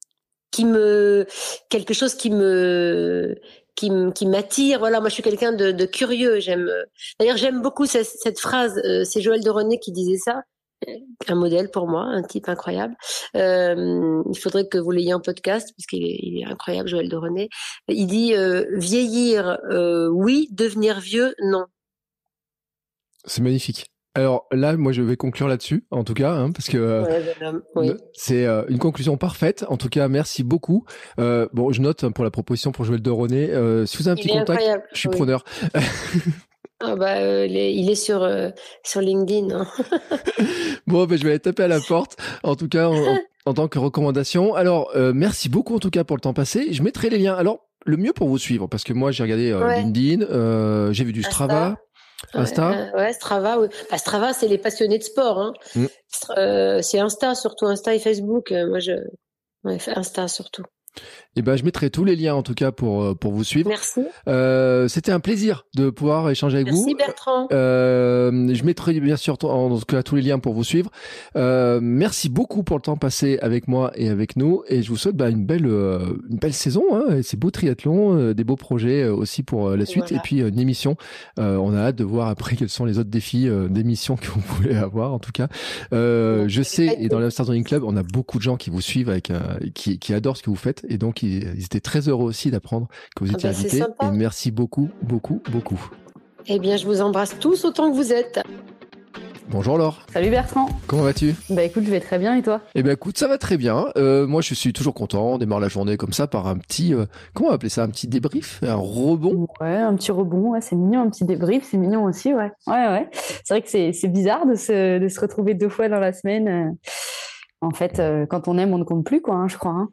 [SPEAKER 3] quelque chose qui m'attire. Voilà, moi je suis quelqu'un de curieux. D'ailleurs j'aime beaucoup cette phrase. C'est Joël de René qui disait ça. un modèle pour moi, un type incroyable. Il faudrait que vous l'ayez en podcast, parce qu'il est incroyable, Joël de René. Il dit vieillir, oui, devenir vieux, non.
[SPEAKER 1] C'est magnifique. Alors là, moi, je vais conclure là-dessus, en tout cas, parce que
[SPEAKER 3] oui.
[SPEAKER 1] c'est une conclusion parfaite. En tout cas, merci beaucoup. Bon, je note pour la proposition pour Joël de René. Si vous avez un petit contact, incroyable. Je suis preneur.
[SPEAKER 3] Ah il est sur LinkedIn. Hein.
[SPEAKER 1] Bon, je vais aller taper à la porte. En tout cas, en tant que recommandation. Alors, merci beaucoup en tout cas pour le temps passé. Je mettrai les liens. Alors, le mieux pour vous suivre, parce que moi, j'ai regardé LinkedIn, j'ai vu du Strava. Insta.
[SPEAKER 3] Ouais, Strava. Oui. Enfin, Strava, c'est les passionnés de sport. Hein. C'est Insta, surtout Insta et Facebook. Insta surtout.
[SPEAKER 1] Eh ben, je mettrai tous les liens en tout cas pour vous suivre.
[SPEAKER 3] Merci.
[SPEAKER 1] C'était un plaisir de pouvoir échanger avec vous.
[SPEAKER 3] Merci Bertrand.
[SPEAKER 1] Je mettrai bien sûr en tout cas tous les liens pour vous suivre. Merci beaucoup pour le temps passé avec moi et avec nous, et je vous souhaite une belle saison. Hein, ces beaux triathlons, des beaux projets aussi pour la suite, voilà. Et puis une émission. On a hâte de voir après quels sont les autres défis d'émissions que vous voulez avoir. En tout cas, je sais, et dans l'Amsterdam Running Club, on a beaucoup de gens qui vous suivent qui adorent ce que vous faites, et donc ils étaient très heureux aussi d'apprendre que vous étiez invité. Et merci beaucoup, beaucoup, beaucoup.
[SPEAKER 3] Eh bien, je vous embrasse tous autant que vous êtes.
[SPEAKER 1] Bonjour Laure.
[SPEAKER 4] Salut Bertrand.
[SPEAKER 1] Comment vas-tu ?
[SPEAKER 4] Écoute, je vais très bien, et toi ?
[SPEAKER 1] Écoute, ça va très bien. Moi, je suis toujours content. On démarre la journée comme ça par un petit, comment on va appeler ça ? Un petit débrief ? Un rebond ?
[SPEAKER 4] Ouais, un petit rebond, c'est mignon, un petit débrief, c'est mignon aussi, ouais. C'est vrai que c'est bizarre de se retrouver 2 fois dans la semaine. En fait, quand on aime, on ne compte plus, quoi, je crois.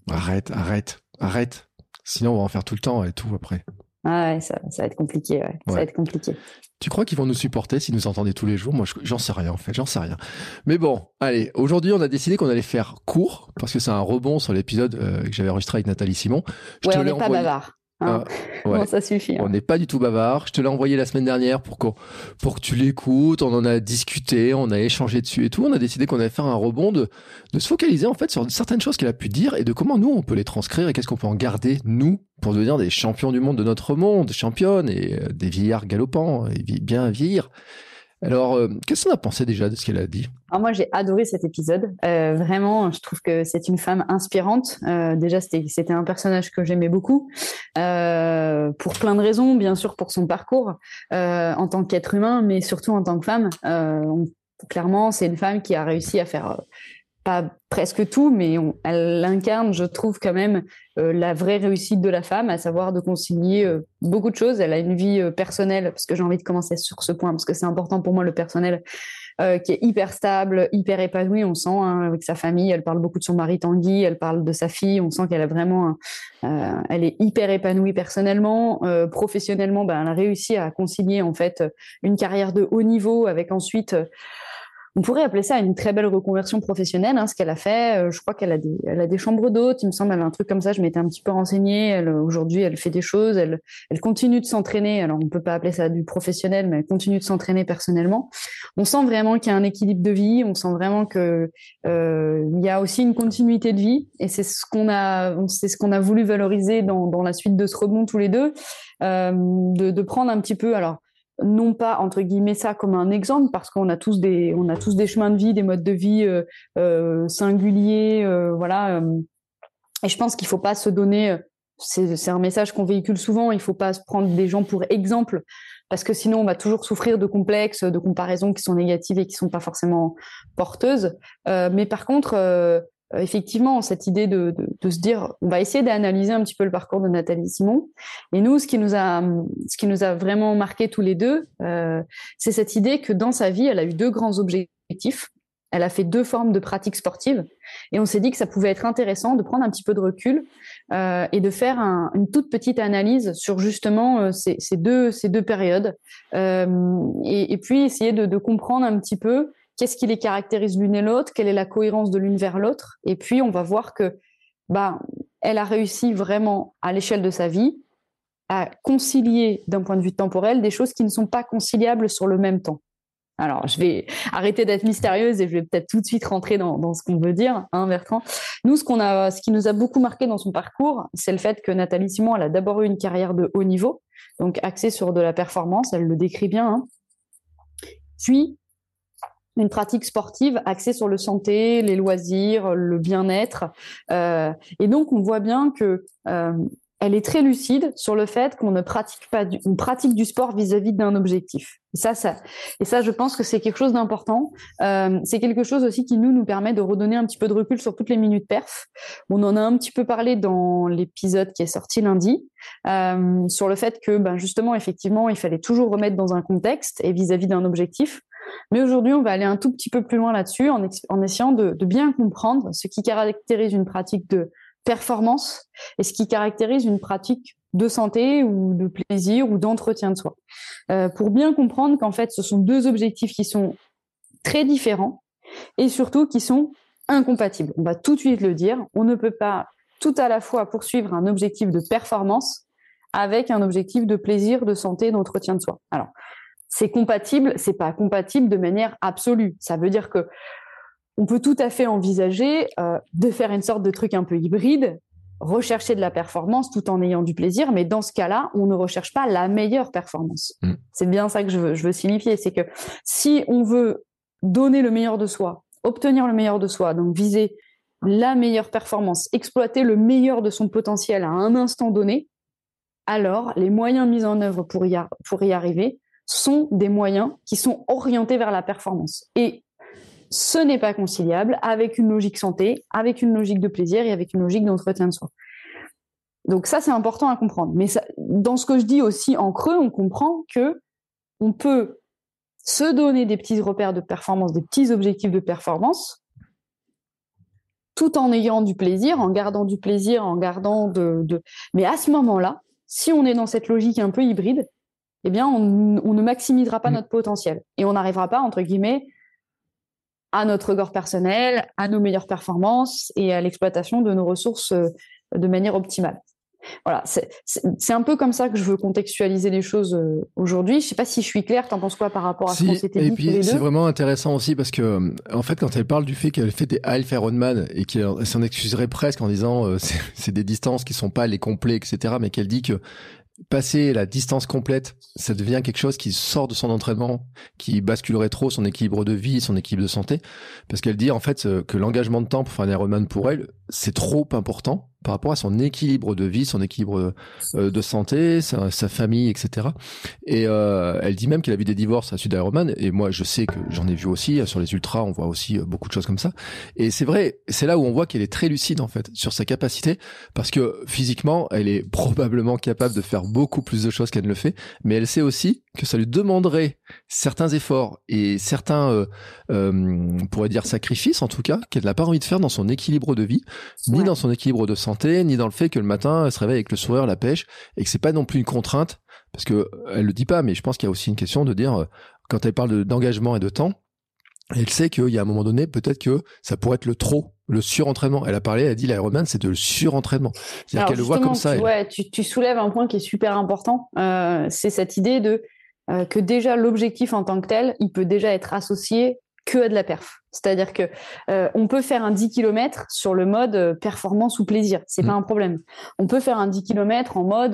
[SPEAKER 1] Arrête. Sinon, on va en faire tout le temps et tout après.
[SPEAKER 4] Ah ouais, ça va être compliqué, ouais. Ça va être compliqué.
[SPEAKER 1] Tu crois qu'ils vont nous supporter s'ils nous entendaient tous les jours ? Moi, j'en sais rien, en fait. J'en sais rien. Mais bon, allez. Aujourd'hui, on a décidé qu'on allait faire court parce que c'est un rebond sur l'épisode que j'avais enregistré avec Nathalie Simon.
[SPEAKER 4] On n'est pas bavard. Bon, ça suffit.
[SPEAKER 1] On n'est pas du tout bavard. Je te l'ai envoyé la semaine dernière pour que tu l'écoutes. On en a discuté, on a échangé dessus et tout. On a décidé qu'on allait faire un rebond de se focaliser en fait sur certaines choses qu'elle a pu dire et de comment nous on peut les transcrire et qu'est-ce qu'on peut en garder nous pour devenir des champions du monde de notre monde, championnes et des vieillards galopants et bien vieillir. Alors, qu'est-ce qu'on a pensé déjà de ce qu'elle a dit ?
[SPEAKER 4] Alors moi, j'ai adoré cet épisode. Vraiment, je trouve que c'est une femme inspirante. Déjà, c'était un personnage que j'aimais beaucoup pour plein de raisons. Bien sûr, pour son parcours en tant qu'être humain, mais surtout en tant que femme. Clairement, c'est une femme qui a réussi à faire pas presque tout, mais elle incarne, je trouve, quand même la vraie réussite de la femme, à savoir de concilier beaucoup de choses. Elle a une vie personnelle, parce que j'ai envie de commencer sur ce point, parce que c'est important pour moi, le personnel, qui est hyper stable, hyper épanouie, on sent, avec sa famille. Elle parle beaucoup de son mari Tanguy, elle parle de sa fille, on sent qu'elle a vraiment elle est hyper épanouie personnellement, professionnellement. Elle a réussi à concilier en fait une carrière de haut niveau avec ensuite on pourrait appeler ça une très belle reconversion professionnelle, ce qu'elle a fait. Je crois qu'elle a des chambres d'hôtes, il me semble, elle a un truc comme ça. Je m'étais un petit peu renseignée. Aujourd'hui, elle fait des choses. Elle continue de s'entraîner. Alors, on peut pas appeler ça du professionnel, mais elle continue de s'entraîner personnellement. On sent vraiment qu'il y a un équilibre de vie. On sent vraiment que il y a aussi une continuité de vie. Et c'est ce qu'on a voulu valoriser dans la suite de ce rebond tous les deux, de prendre un petit peu. Alors, non pas entre guillemets ça comme un exemple, parce qu'on a tous des chemins de vie, des modes de vie singuliers, voilà. Et je pense qu'il faut pas se donner. C'est un message qu'on véhicule souvent. Il faut pas se prendre des gens pour exemple, parce que sinon on va toujours souffrir de complexes, de comparaisons qui sont négatives et qui sont pas forcément porteuses. Mais par contre, effectivement, cette idée de se dire, on va essayer d'analyser un petit peu le parcours de Nathalie Simon. Et nous, ce qui nous a vraiment marqué tous les deux, c'est cette idée que dans sa vie, elle a eu 2 grands objectifs. Elle a fait 2 formes de pratiques sportives. Et on s'est dit que ça pouvait être intéressant de prendre un petit peu de recul et de faire une toute petite analyse sur justement ces deux périodes. Et puis essayer de comprendre un petit peu qu'est-ce qui les caractérise l'une et l'autre, quelle est la cohérence de l'une vers l'autre. Et puis, on va voir que elle a réussi vraiment, à l'échelle de sa vie, à concilier, d'un point de vue temporel, des choses qui ne sont pas conciliables sur le même temps. Alors, je vais arrêter d'être mystérieuse et je vais peut-être tout de suite rentrer dans ce qu'on veut dire, Bertrand. Nous, ce qui nous a beaucoup marqué dans son parcours, c'est le fait que Nathalie Simon, elle a d'abord eu une carrière de haut niveau, donc axée sur de la performance, elle le décrit bien. Puis, une pratique sportive axée sur le santé, les loisirs, le bien-être. Et donc, on voit bien que elle est très lucide sur le fait qu'on ne pratique pas on pratique du sport vis-à-vis d'un objectif. Et ça, je pense que c'est quelque chose d'important. C'est quelque chose aussi qui nous permet de redonner un petit peu de recul sur toutes les minutes perf. On en a un petit peu parlé dans l'épisode qui est sorti lundi, sur le fait que, justement, effectivement, il fallait toujours remettre dans un contexte et vis-à-vis d'un objectif. Mais aujourd'hui, on va aller un tout petit peu plus loin là-dessus en essayant de bien comprendre ce qui caractérise une pratique de performance et ce qui caractérise une pratique de santé ou de plaisir ou d'entretien de soi. Pour bien comprendre qu'en fait, ce sont deux objectifs qui sont très différents et surtout qui sont incompatibles. On va tout de suite le dire, on ne peut pas tout à la fois poursuivre un objectif de performance avec un objectif de plaisir, de santé, d'entretien de soi. Alors, c'est compatible, c'est pas compatible de manière absolue. Ça veut dire que on peut tout à fait envisager de faire une sorte de truc un peu hybride, rechercher de la performance tout en ayant du plaisir, mais dans ce cas-là, on ne recherche pas la meilleure performance. C'est bien ça que je veux signifier, c'est que si on veut donner le meilleur de soi, obtenir le meilleur de soi, donc viser la meilleure performance, exploiter le meilleur de son potentiel à un instant donné, alors les moyens mis en œuvre pour y arriver sont des moyens qui sont orientés vers la performance. Et ce n'est pas conciliable avec une logique santé, avec une logique de plaisir et avec une logique d'entretien de soi. Donc ça, c'est important à comprendre. Mais ça, dans ce que je dis aussi en creux, on comprend que on peut se donner des petits repères de performance, des petits objectifs de performance, tout en ayant du plaisir, en gardant du plaisir, en gardant Mais à ce moment-là, si on est dans cette logique un peu hybride, eh bien, on ne maximisera pas notre potentiel et on n'arrivera pas, entre guillemets, à notre regard personnel, à nos meilleures performances et à l'exploitation de nos ressources de manière optimale. Voilà, c'est un peu comme ça que je veux contextualiser les choses aujourd'hui. Je ne sais pas si je suis claire, t'en penses quoi par rapport à ce qu'on s'était dit tous les deux ?
[SPEAKER 1] Et puis c'est vraiment intéressant aussi parce que en fait quand elle parle du fait qu'elle fait des half Ironman et qu'elle s'en excuserait presque en disant c'est des distances qui sont pas les complets, etc., mais qu'elle dit que passer la distance complète, ça devient quelque chose qui sort de son entraînement, qui basculerait trop son équilibre de vie, son équilibre de santé, parce qu'elle dit en fait que l'engagement de temps pour faire un Ironman pour elle, c'est trop important par rapport à son équilibre de vie, son équilibre de santé, sa famille, etc. Et elle dit même qu'elle a vu des divorces à la suite d'Ironman, et moi je sais que j'en ai vu aussi, sur les ultras on voit aussi beaucoup de choses comme ça, et c'est vrai, c'est là où on voit qu'elle est très lucide en fait, sur sa capacité, parce que physiquement elle est probablement capable de faire beaucoup plus de choses qu'elle ne le fait, mais elle sait aussi que ça lui demanderait certains efforts et certains, on pourrait dire sacrifices en tout cas, qu'elle n'a pas envie de faire dans son équilibre de vie, ni dans son équilibre de santé, ni dans le fait que le matin elle se réveille avec le sourire, la pêche, et que c'est pas non plus une contrainte, parce que elle le dit pas, mais je pense qu'il y a aussi une question de dire, quand elle parle d'engagement et de temps, elle sait qu'il y a un moment donné, peut-être que ça pourrait être le surentraînement. Elle a dit l'Ironman, c'est de le surentraînement. C'est-à-dire qu'elle le voit comme ça.
[SPEAKER 4] Tu soulèves un point qui est super important. C'est cette idée que déjà l'objectif en tant que tel, il peut déjà être associé que à de la perf. C'est-à-dire que on peut faire un 10 km sur le mode performance ou plaisir. C'est pas un problème. On peut faire un 10 km en mode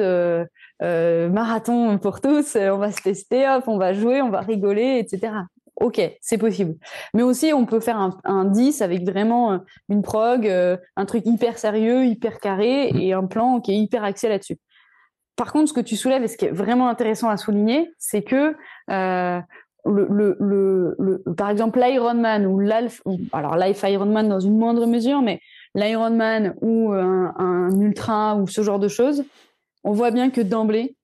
[SPEAKER 4] marathon pour tous. On va se tester, hop, on va jouer, on va rigoler, etc. Ok, c'est possible. Mais aussi, on peut faire un 10 avec vraiment une prog, un truc hyper sérieux, hyper carré et un plan qui est hyper axé là-dessus. Par contre, ce que tu soulèves et ce qui est vraiment intéressant à souligner, c'est que par exemple l'Ironman ou l'Half Ironman dans une moindre mesure, mais l'Ironman ou un ultra ou ce genre de choses, on voit bien que d'emblée,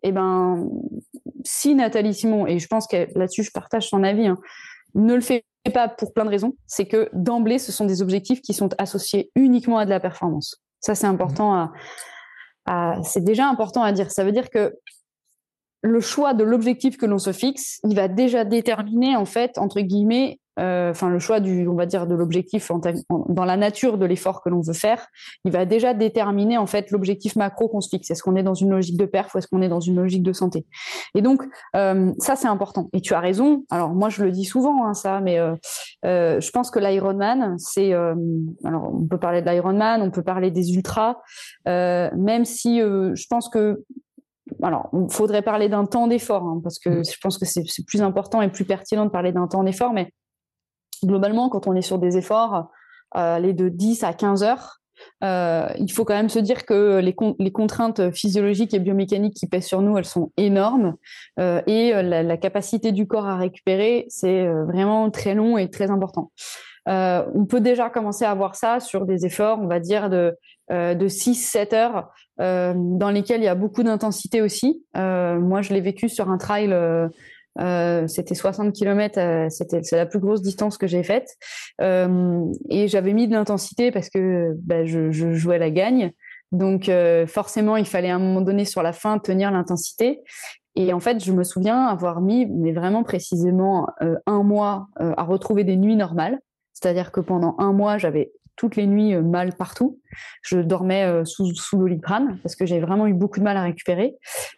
[SPEAKER 4] si Nathalie Simon, et je pense que là-dessus je partage son avis, ne le fait pas pour plein de raisons, c'est que d'emblée ce sont des objectifs qui sont associés uniquement à de la performance. Ça c'est important c'est déjà important à dire. Ça veut dire que le choix de l'objectif que l'on se fixe, il va déjà déterminer en fait entre guillemets, le choix on va dire de l'objectif dans la nature de l'effort que l'on veut faire, il va déjà déterminer en fait l'objectif macro qu'on se fixe. Est-ce qu'on est dans une logique de perf ou est-ce qu'on est dans une logique de santé? Et donc ça c'est important. Et tu as raison. Alors moi je le dis souvent ça, mais je pense que l'Ironman c'est alors on peut parler de l'Ironman, on peut parler des ultras, même si je pense que il faudrait parler d'un temps d'effort, parce que je pense que c'est plus important et plus pertinent de parler d'un temps d'effort, mais globalement, quand on est sur des efforts, les de 10 à 15 heures, il faut quand même se dire que les contraintes physiologiques et biomécaniques qui pèsent sur nous, elles sont énormes. Et la capacité du corps à récupérer, c'est vraiment très long et très important. On peut déjà commencer à voir ça sur des efforts, on va dire, de 6-7 heures, dans lesquels il y a beaucoup d'intensité aussi. Moi, je l'ai vécu sur un trail, c'était 60 km, c'est la plus grosse distance que j'ai faite. Et j'avais mis de l'intensité parce que je jouais la gagne. Donc, forcément, il fallait à un moment donné, sur la fin, tenir l'intensité. Et en fait, je me souviens avoir mis, mais vraiment précisément, 1 mois à retrouver des nuits normales. C'est-à-dire que pendant 1 mois, j'avais toutes les nuits mal partout. Je dormais sous Doliprane parce que j'ai vraiment eu beaucoup de mal à récupérer.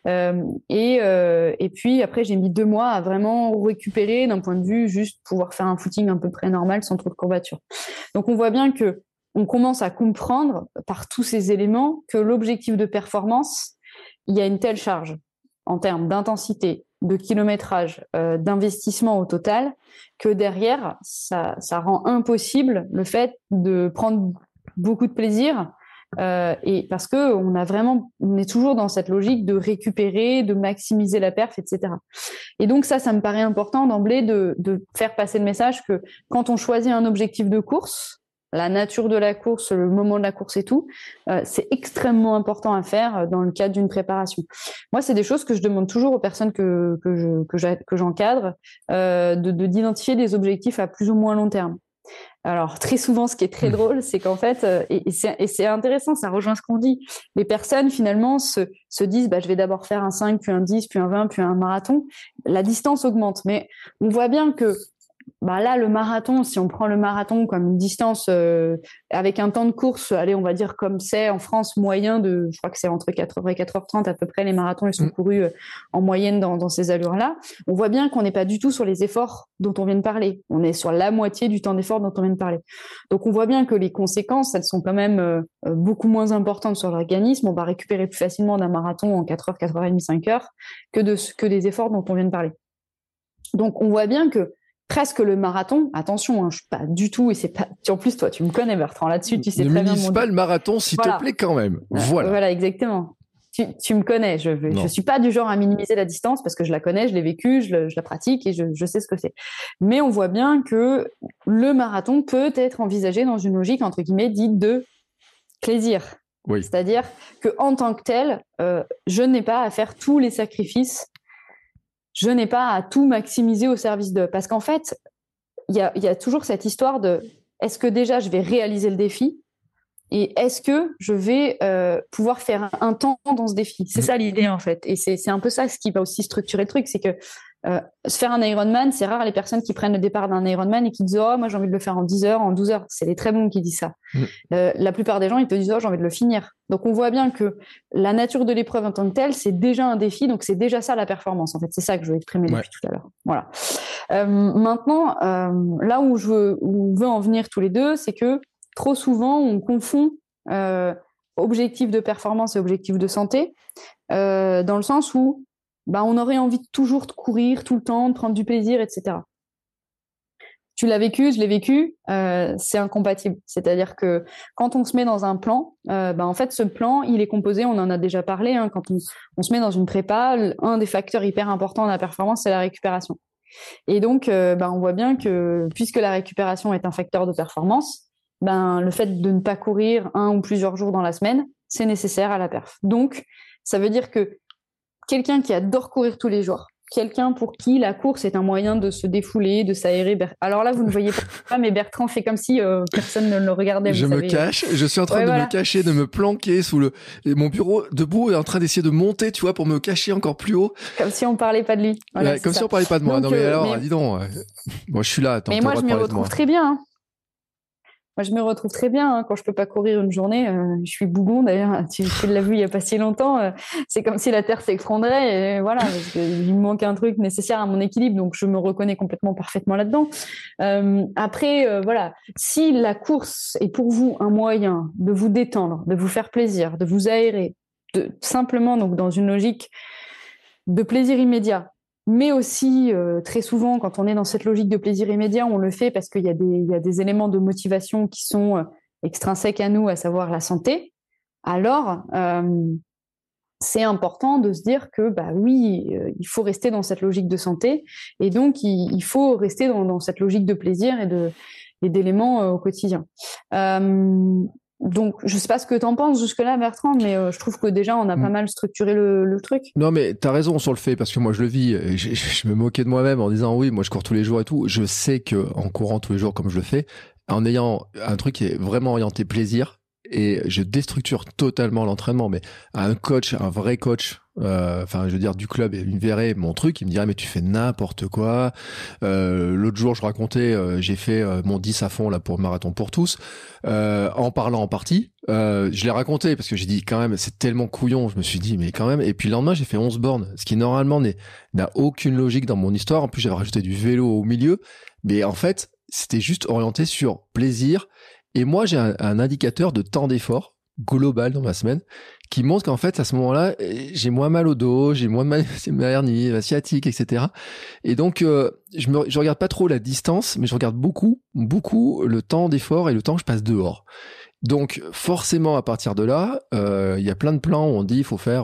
[SPEAKER 4] Et puis après, j'ai mis 2 mois à vraiment récupérer d'un point de vue juste pouvoir faire un footing à peu près normal sans trop de courbatures. Donc on voit bien que on commence à comprendre par tous ces éléments que l'objectif de performance, il y a une telle charge en termes d'intensité, de kilométrage, d'investissement au total, que derrière, ça rend impossible le fait de prendre beaucoup de plaisir, et parce que on est toujours dans cette logique de récupérer, de maximiser la perf, etc. Et donc ça me paraît important d'emblée de faire passer le message que quand on choisit un objectif de course, la nature de la course, le moment de la course et tout, c'est extrêmement important à faire dans le cadre d'une préparation. Moi, c'est des choses que je demande toujours aux personnes que j'encadre, d'identifier des objectifs à plus ou moins long terme. Alors, très souvent, ce qui est très drôle, c'est qu'en fait, et c'est intéressant, ça rejoint ce qu'on dit, les personnes, finalement, se disent, je vais d'abord faire un 5, puis un 10, puis un 20, puis un marathon. La distance augmente, mais on voit bien que là, le marathon, si on prend le marathon comme une distance avec un temps de course, allez, on va dire comme c'est en France moyen je crois que c'est entre 4h et 4h30 à peu près, les marathons, ils sont courus en moyenne dans ces allures-là. On voit bien qu'on n'est pas du tout sur les efforts dont on vient de parler. On est sur la moitié du temps d'effort dont on vient de parler. Donc, on voit bien que les conséquences, elles sont quand même beaucoup moins importantes sur l'organisme. On va récupérer plus facilement d'un marathon en 4h, 4h30, 5h que des efforts dont on vient de parler. Donc, on voit bien que presque le marathon, attention, je suis pas du tout, et c'est pas. En plus, toi, tu me connais, Bertrand, là-dessus, tu sais très bien.
[SPEAKER 1] Ne minimises pas le marathon, s'il te plaît, quand même.
[SPEAKER 4] Voilà, exactement. Tu me connais. Je suis pas du genre à minimiser la distance parce que je la connais, je l'ai vécue, je la pratique et je sais ce que c'est. Mais on voit bien que le marathon peut être envisagé dans une logique entre guillemets dite de plaisir. Oui. C'est-à-dire que en tant que tel, je n'ai pas à faire tous les sacrifices. Je n'ai pas à tout maximiser au service de... Parce qu'en fait, il y a toujours cette histoire de est-ce que déjà je vais réaliser le défi et est-ce que je vais pouvoir faire un temps dans ce défi. C'est ça l'idée en fait. Et c'est un peu ça ce qui va aussi structurer le truc, c'est que se faire un Ironman, c'est rare les personnes qui prennent le départ d'un Ironman et qui disent « Oh, moi j'ai envie de le faire en 10 heures, en 12 heures ». C'est les très bons qui disent ça. La plupart des gens, ils te disent « Oh, j'ai envie de le finir ». Donc on voit bien que la nature de l'épreuve en tant que telle, c'est déjà un défi, donc c'est déjà ça la performance. En fait, c'est ça que je veux exprimer depuis tout à l'heure. Voilà. Maintenant, là où on veut en venir tous les deux, c'est que trop souvent, on confond objectif de performance et objectif de santé, dans le sens où on aurait envie toujours de courir tout le temps, de prendre du plaisir, etc. Tu l'as vécu, je l'ai vécu, c'est incompatible. C'est-à-dire que quand on se met dans un plan, en fait, ce plan, il est composé, on en a déjà parlé, quand on se met dans une prépa, un des facteurs hyper importants de la performance, c'est la récupération. Et donc, on voit bien que puisque la récupération est un facteur de performance, le fait de ne pas courir 1 ou plusieurs jours dans la semaine, c'est nécessaire à la perf. Donc, ça veut dire que quelqu'un qui adore courir tous les jours, quelqu'un pour qui la course est un moyen de se défouler, de s'aérer. Alors là, vous ne voyez pas, mais Bertrand fait comme si personne ne le regardait.
[SPEAKER 1] Je me cache, je suis en train de me cacher, de me planquer sous mon bureau, debout, et en train d'essayer de monter, tu vois, pour me cacher encore plus haut.
[SPEAKER 4] Comme si on parlait pas de lui. Voilà,
[SPEAKER 1] comme si on parlait pas de moi. Donc, non mais alors, dis donc, moi je suis là. Attends,
[SPEAKER 4] mais moi je m'y retrouve très bien. Moi, je me retrouve très bien quand je peux pas courir une journée. Je suis bougon d'ailleurs. Tu l'as vu il y a pas si longtemps. C'est comme si la terre s'effondrait. Et voilà, parce qu'il me manque un truc nécessaire à mon équilibre. Donc, je me reconnais complètement parfaitement là-dedans. Après, voilà, si la course est pour vous un moyen de vous détendre, de vous faire plaisir, de vous aérer, simplement donc dans une logique de plaisir immédiat, Mais aussi, très souvent, quand on est dans cette logique de plaisir immédiat, on le fait parce qu'il y a des éléments de motivation qui sont extrinsèques à nous, à savoir la santé. Alors, c'est important de se dire que, il faut rester dans cette logique de santé. Et donc, il faut rester dans cette logique de plaisir et d'éléments au quotidien. Donc, je sais pas ce que tu en penses jusque-là, Bertrand, mais je trouve que déjà, on a pas mal structuré le truc.
[SPEAKER 1] Non, mais t'as raison sur le fait, parce que moi, je le vis. Je me moquais de moi-même en disant, oui, moi, je cours tous les jours et tout. Je sais que en courant tous les jours comme je le fais, en ayant un truc qui est vraiment orienté plaisir, et je déstructure totalement l'entraînement, mais un vrai coach, je veux dire du club, il me verrait mon truc, il me dirait mais tu fais n'importe quoi. L'autre jour je racontais, j'ai fait mon 10 à fond là pour le marathon pour tous, en parlant en partie. Je l'ai raconté parce que j'ai dit quand même c'est tellement couillon, je me suis dit mais quand même. Et puis le lendemain j'ai fait 11 bornes, ce qui normalement n'a aucune logique dans mon histoire. En plus j'avais rajouté du vélo au milieu, mais en fait c'était juste orienté sur plaisir. Et moi, j'ai un indicateur de temps d'effort global dans ma semaine qui montre qu'en fait, à ce moment-là, j'ai moins mal au dos, j'ai moins de mal, c'est ma hernie, ma sciatique, etc. Et donc, je regarde pas trop la distance, mais je regarde beaucoup le temps d'effort et le temps que je passe dehors. Donc, forcément, à partir de là, il y a plein de plans où on dit il faut faire,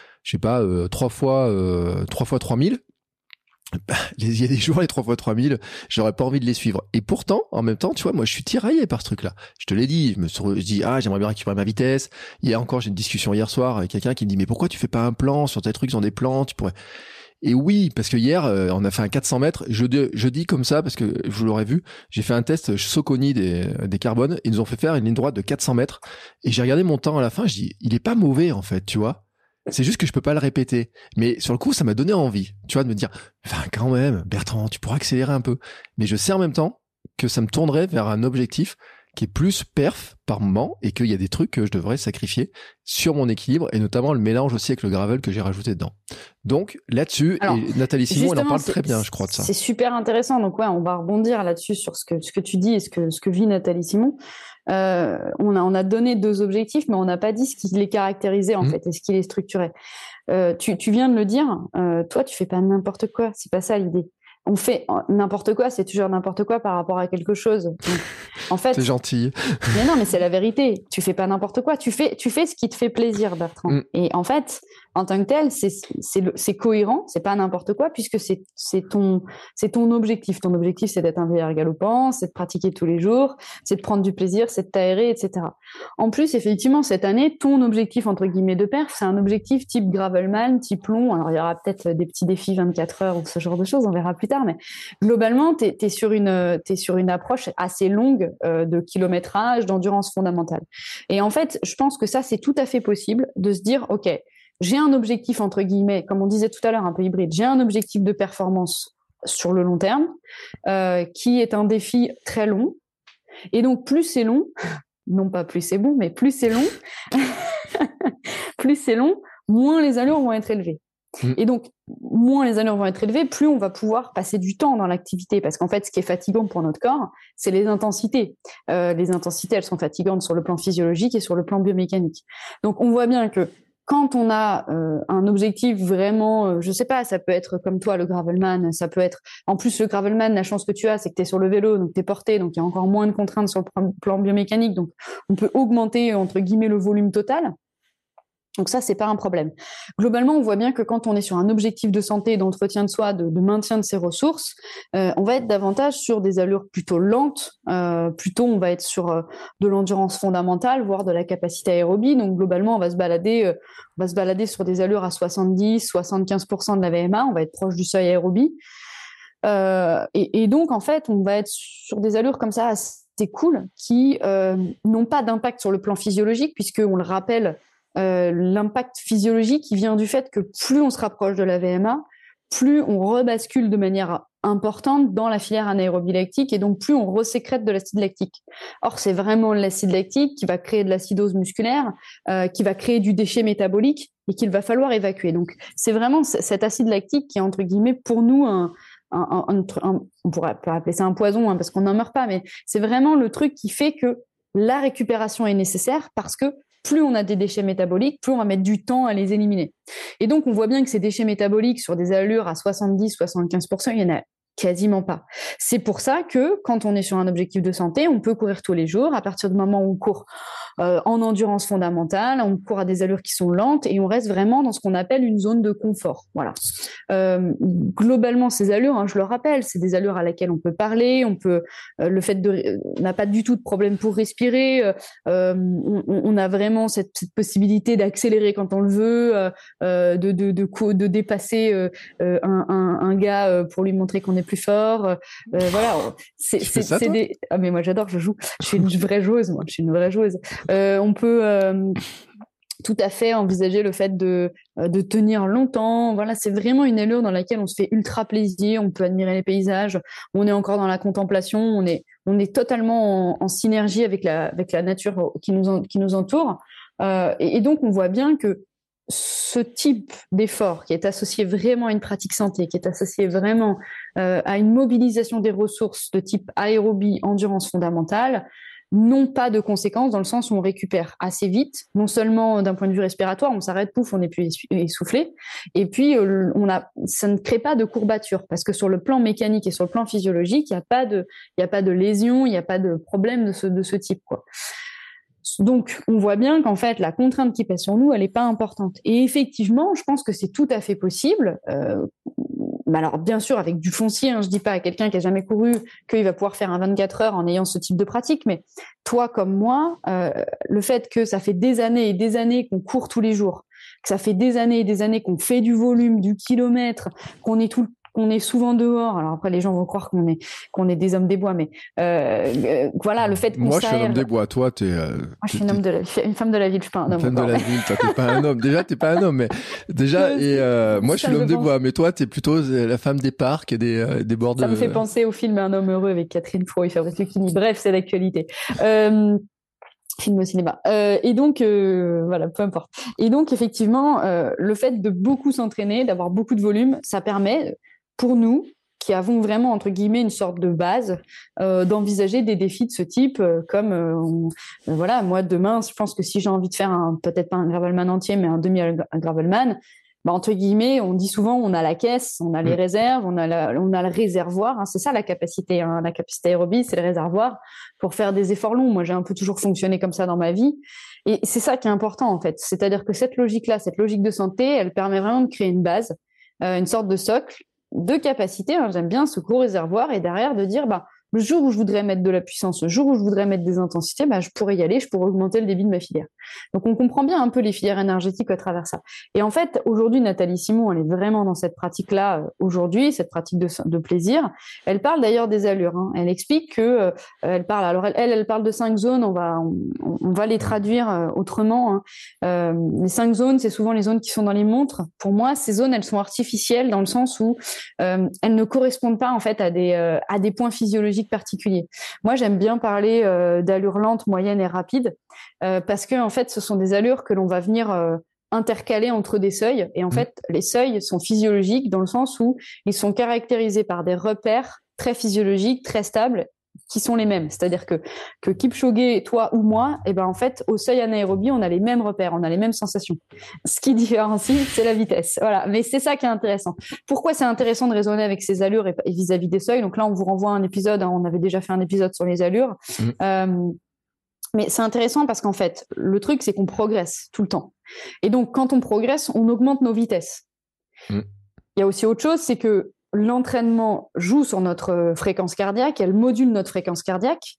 [SPEAKER 1] 3 fois 3000. Il y a des jours, les 3 fois 3000, j'aurais pas envie de les suivre. Et pourtant, en même temps, tu vois, moi, je suis tiraillé par ce truc-là. Je te l'ai dit, je dis, j'aimerais bien récupérer ma vitesse. J'ai une discussion hier soir avec quelqu'un qui me dit, mais pourquoi tu fais pas un plan sur tes trucs, dans des plans, tu pourrais. Et oui, parce que hier, on a fait un 400 mètres. Je dis comme ça, parce que vous l'aurez vu, j'ai fait un test Soconi des carbones. Ils nous ont fait faire une ligne droite de 400 mètres. Et j'ai regardé mon temps à la fin, je dis, il est pas mauvais, en fait, tu vois. C'est juste que je peux pas le répéter. Mais sur le coup, ça m'a donné envie, tu vois, de me dire, quand même, Bertrand, tu pourras accélérer un peu. Mais je sais en même temps que ça me tournerait vers un objectif qui est plus perf par moment et qu'il y a des trucs que je devrais sacrifier sur mon équilibre et notamment le mélange aussi avec le gravel que j'ai rajouté dedans. Donc là-dessus, et Nathalie Simon, elle en parle très bien, je crois, de ça.
[SPEAKER 4] C'est super intéressant. Donc ouais, on va rebondir là-dessus sur ce que tu dis et ce que vit Nathalie Simon. On a donné 2 objectifs, mais on n'a pas dit ce qui les caractérisait en fait et ce qui les structurait. Tu viens de le dire. Toi, tu fais pas n'importe quoi. C'est pas ça l'idée. On fait n'importe quoi, c'est toujours n'importe quoi par rapport à quelque chose. Donc, en fait,
[SPEAKER 1] c'est gentil.
[SPEAKER 4] Mais non, mais c'est la vérité. Tu fais pas n'importe quoi. Tu fais ce qui te fait plaisir, Bertrand. Et en fait, en tant que tel, c'est cohérent. C'est pas n'importe quoi puisque c'est ton objectif. Ton objectif, c'est d'être un vieillard galopant, c'est de pratiquer tous les jours, c'est de prendre du plaisir, c'est de t'aérer, etc. En plus, effectivement, cette année, ton objectif entre guillemets de perf, c'est un objectif type Gravelman, type long. Alors, il y aura peut-être des petits défis 24 heures ou ce genre de choses. On verra plus tard. Mais globalement, t'es sur une approche assez longue de kilométrage, d'endurance fondamentale. Et en fait, je pense que ça, c'est tout à fait possible de se dire, OK, j'ai un objectif, entre guillemets, comme on disait tout à l'heure, un peu hybride, j'ai un objectif de performance sur le long terme, qui est un défi très long. Et donc, plus c'est long, non pas plus c'est bon, mais plus c'est long, moins les allures vont être élevées. Et donc, moins les allures vont être élevées, plus on va pouvoir passer du temps dans l'activité. Parce qu'en fait, ce qui est fatigant pour notre corps, c'est les intensités. Les intensités, elles sont fatigantes sur le plan physiologique et sur le plan biomécanique. Donc, on voit bien que quand on a un objectif vraiment, je sais pas, ça peut être comme toi, le Gravelman, ça peut être... En plus, le Gravelman, la chance que tu as, c'est que tu es sur le vélo, donc tu es porté, donc il y a encore moins de contraintes sur le plan biomécanique. Donc, on peut augmenter, entre guillemets, le volume total. Donc ça, c'est pas un problème. Globalement, on voit bien que quand on est sur un objectif de santé, d'entretien de soi, de maintien de ses ressources, on va être davantage sur des allures plutôt lentes. Plutôt, on va être sur de l'endurance fondamentale, voire de la capacité aérobie. Donc globalement, on va se balader sur des allures à 70-75% de la VMA. On va être proche du seuil aérobie. Et donc, en fait, on va être sur des allures comme ça assez cool qui n'ont pas d'impact sur le plan physiologique, puisque on le rappelle. L'impact physiologique qui vient du fait que plus on se rapproche de la VMA, plus on rebascule de manière importante dans la filière anaérobie lactique et donc plus on resécrète de l'acide lactique. Or, c'est vraiment l'acide lactique qui va créer de l'acidose musculaire, qui va créer du déchet métabolique et qu'il va falloir évacuer. Donc, c'est vraiment cet acide lactique qui est, entre guillemets, pour nous, on pourrait pas appeler ça un poison, parce qu'on n'en meurt pas, mais c'est vraiment le truc qui fait que la récupération est nécessaire parce que plus on a des déchets métaboliques, plus on va mettre du temps à les éliminer. Et donc, on voit bien que ces déchets métaboliques sur des allures à 70-75%, il y en a quasiment pas. C'est pour ça que quand on est sur un objectif de santé, on peut courir tous les jours. À partir du moment où on court en endurance fondamentale, on court à des allures qui sont lentes et on reste vraiment dans ce qu'on appelle une zone de confort. Voilà. Globalement, ces allures, je le rappelle, c'est des allures à laquelle on peut parler. On peut, on n'a pas du tout de problème pour respirer. On a vraiment cette possibilité d'accélérer quand on le veut, de dépasser un gars pour lui montrer qu'on est plus fort. Voilà. C'est des. Ah mais moi j'adore, je joue. Je suis une vraie joueuse, moi. Je suis une vraie joueuse. On peut tout à fait envisager le fait de tenir longtemps. Voilà, c'est vraiment une allure dans laquelle on se fait ultra plaisir. On peut admirer les paysages. On est encore dans la contemplation. On est totalement en synergie avec la nature qui nous entoure. Et donc on voit bien que ce type d'effort qui est associé vraiment à une pratique santé, qui est associé vraiment à une mobilisation des ressources de type aérobie, endurance fondamentale, n'ont pas de conséquences dans le sens où on récupère assez vite, non seulement d'un point de vue respiratoire, on s'arrête, pouf, on n'est plus essoufflé, et puis ça ne crée pas de courbature, parce que sur le plan mécanique et sur le plan physiologique, il n'y a pas de lésion, il n'y a pas de problème de ce type, quoi. Donc, on voit bien qu'en fait, la contrainte qui pèse sur nous, elle n'est pas importante. Et effectivement, je pense que c'est tout à fait possible. Alors, bien sûr, avec du foncier, je dis pas à quelqu'un qui a jamais couru qu'il va pouvoir faire un 24 heures en ayant ce type de pratique. Mais toi, comme moi, le fait que ça fait des années et des années qu'on court tous les jours, que ça fait des années et des années qu'on fait du volume, du kilomètre, qu'on est souvent dehors. Alors après, les gens vont croire qu'on est des hommes des bois, mais voilà, le fait qu'on
[SPEAKER 1] Moi, je suis un homme des bois. Toi,
[SPEAKER 4] moi, je suis une femme de la ville. Je suis pas un homme.
[SPEAKER 1] Une femme de la ville. Toi, t'es pas un homme. Déjà, t'es pas un homme, mais déjà, moi, je suis l'homme des bois. Mais toi, t'es plutôt la femme des parcs et des bords de.
[SPEAKER 4] Ça me fait penser au film Un homme heureux avec Catherine Fro et Fabrice Lucchini. Bref, c'est l'actualité. Film au cinéma. Et donc, voilà, peu importe. Et donc, effectivement, le fait de beaucoup s'entraîner, d'avoir beaucoup de volume, ça permet, pour nous, qui avons vraiment, entre guillemets, une sorte de base, d'envisager des défis de ce type, comme, voilà, moi, demain, je pense que si j'ai envie de faire peut-être pas un Gravelman entier, mais un demi-Gravelman, entre guillemets, on dit souvent, on a la caisse, on a les réserves, on a le réservoir, c'est ça la capacité aérobie, c'est le réservoir pour faire des efforts longs. Moi, j'ai un peu toujours fonctionné comme ça dans ma vie. Et c'est ça qui est important, en fait. C'est-à-dire que cette logique-là, cette logique de santé, elle permet vraiment de créer une base, une sorte de socle de capacité. J'aime bien ce gros réservoir et derrière de dire, le jour où je voudrais mettre de la puissance, le jour où je voudrais mettre des intensités, je pourrais y aller, je pourrais augmenter le débit de ma filière. Donc, on comprend bien un peu les filières énergétiques à travers ça. Et en fait, aujourd'hui, Nathalie Simon, elle est vraiment dans cette pratique-là aujourd'hui, cette pratique de plaisir. Elle parle d'ailleurs des allures. Elle explique que elle parle de 5 zones. On va les traduire autrement. Les 5 zones, c'est souvent les zones qui sont dans les montres. Pour moi, ces zones, elles sont artificielles dans le sens où elles ne correspondent pas en fait à des points physiologiques particuliers. Moi, j'aime bien parler d'allures lentes, moyennes et rapides parce que en fait, ce sont des allures que l'on va venir intercaler entre des seuils. Et en fait, les seuils sont physiologiques dans le sens où ils sont caractérisés par des repères très physiologiques, très stables, qui sont les mêmes. C'est-à-dire que Kipchoge, toi ou moi, en fait, au seuil anaérobie, on a les mêmes repères, on a les mêmes sensations. Ce qui différencie, c'est la vitesse. Voilà. Mais c'est ça qui est intéressant. Pourquoi c'est intéressant de raisonner avec ces allures et vis-à-vis des seuils? Donc là, on vous renvoie à un épisode. On avait déjà fait un épisode sur les allures. Mais c'est intéressant parce qu'en fait, le truc, c'est qu'on progresse tout le temps. Et donc, quand on progresse, on augmente nos vitesses. Il y a aussi autre chose, c'est que l'entraînement joue sur notre fréquence cardiaque, elle module notre fréquence cardiaque.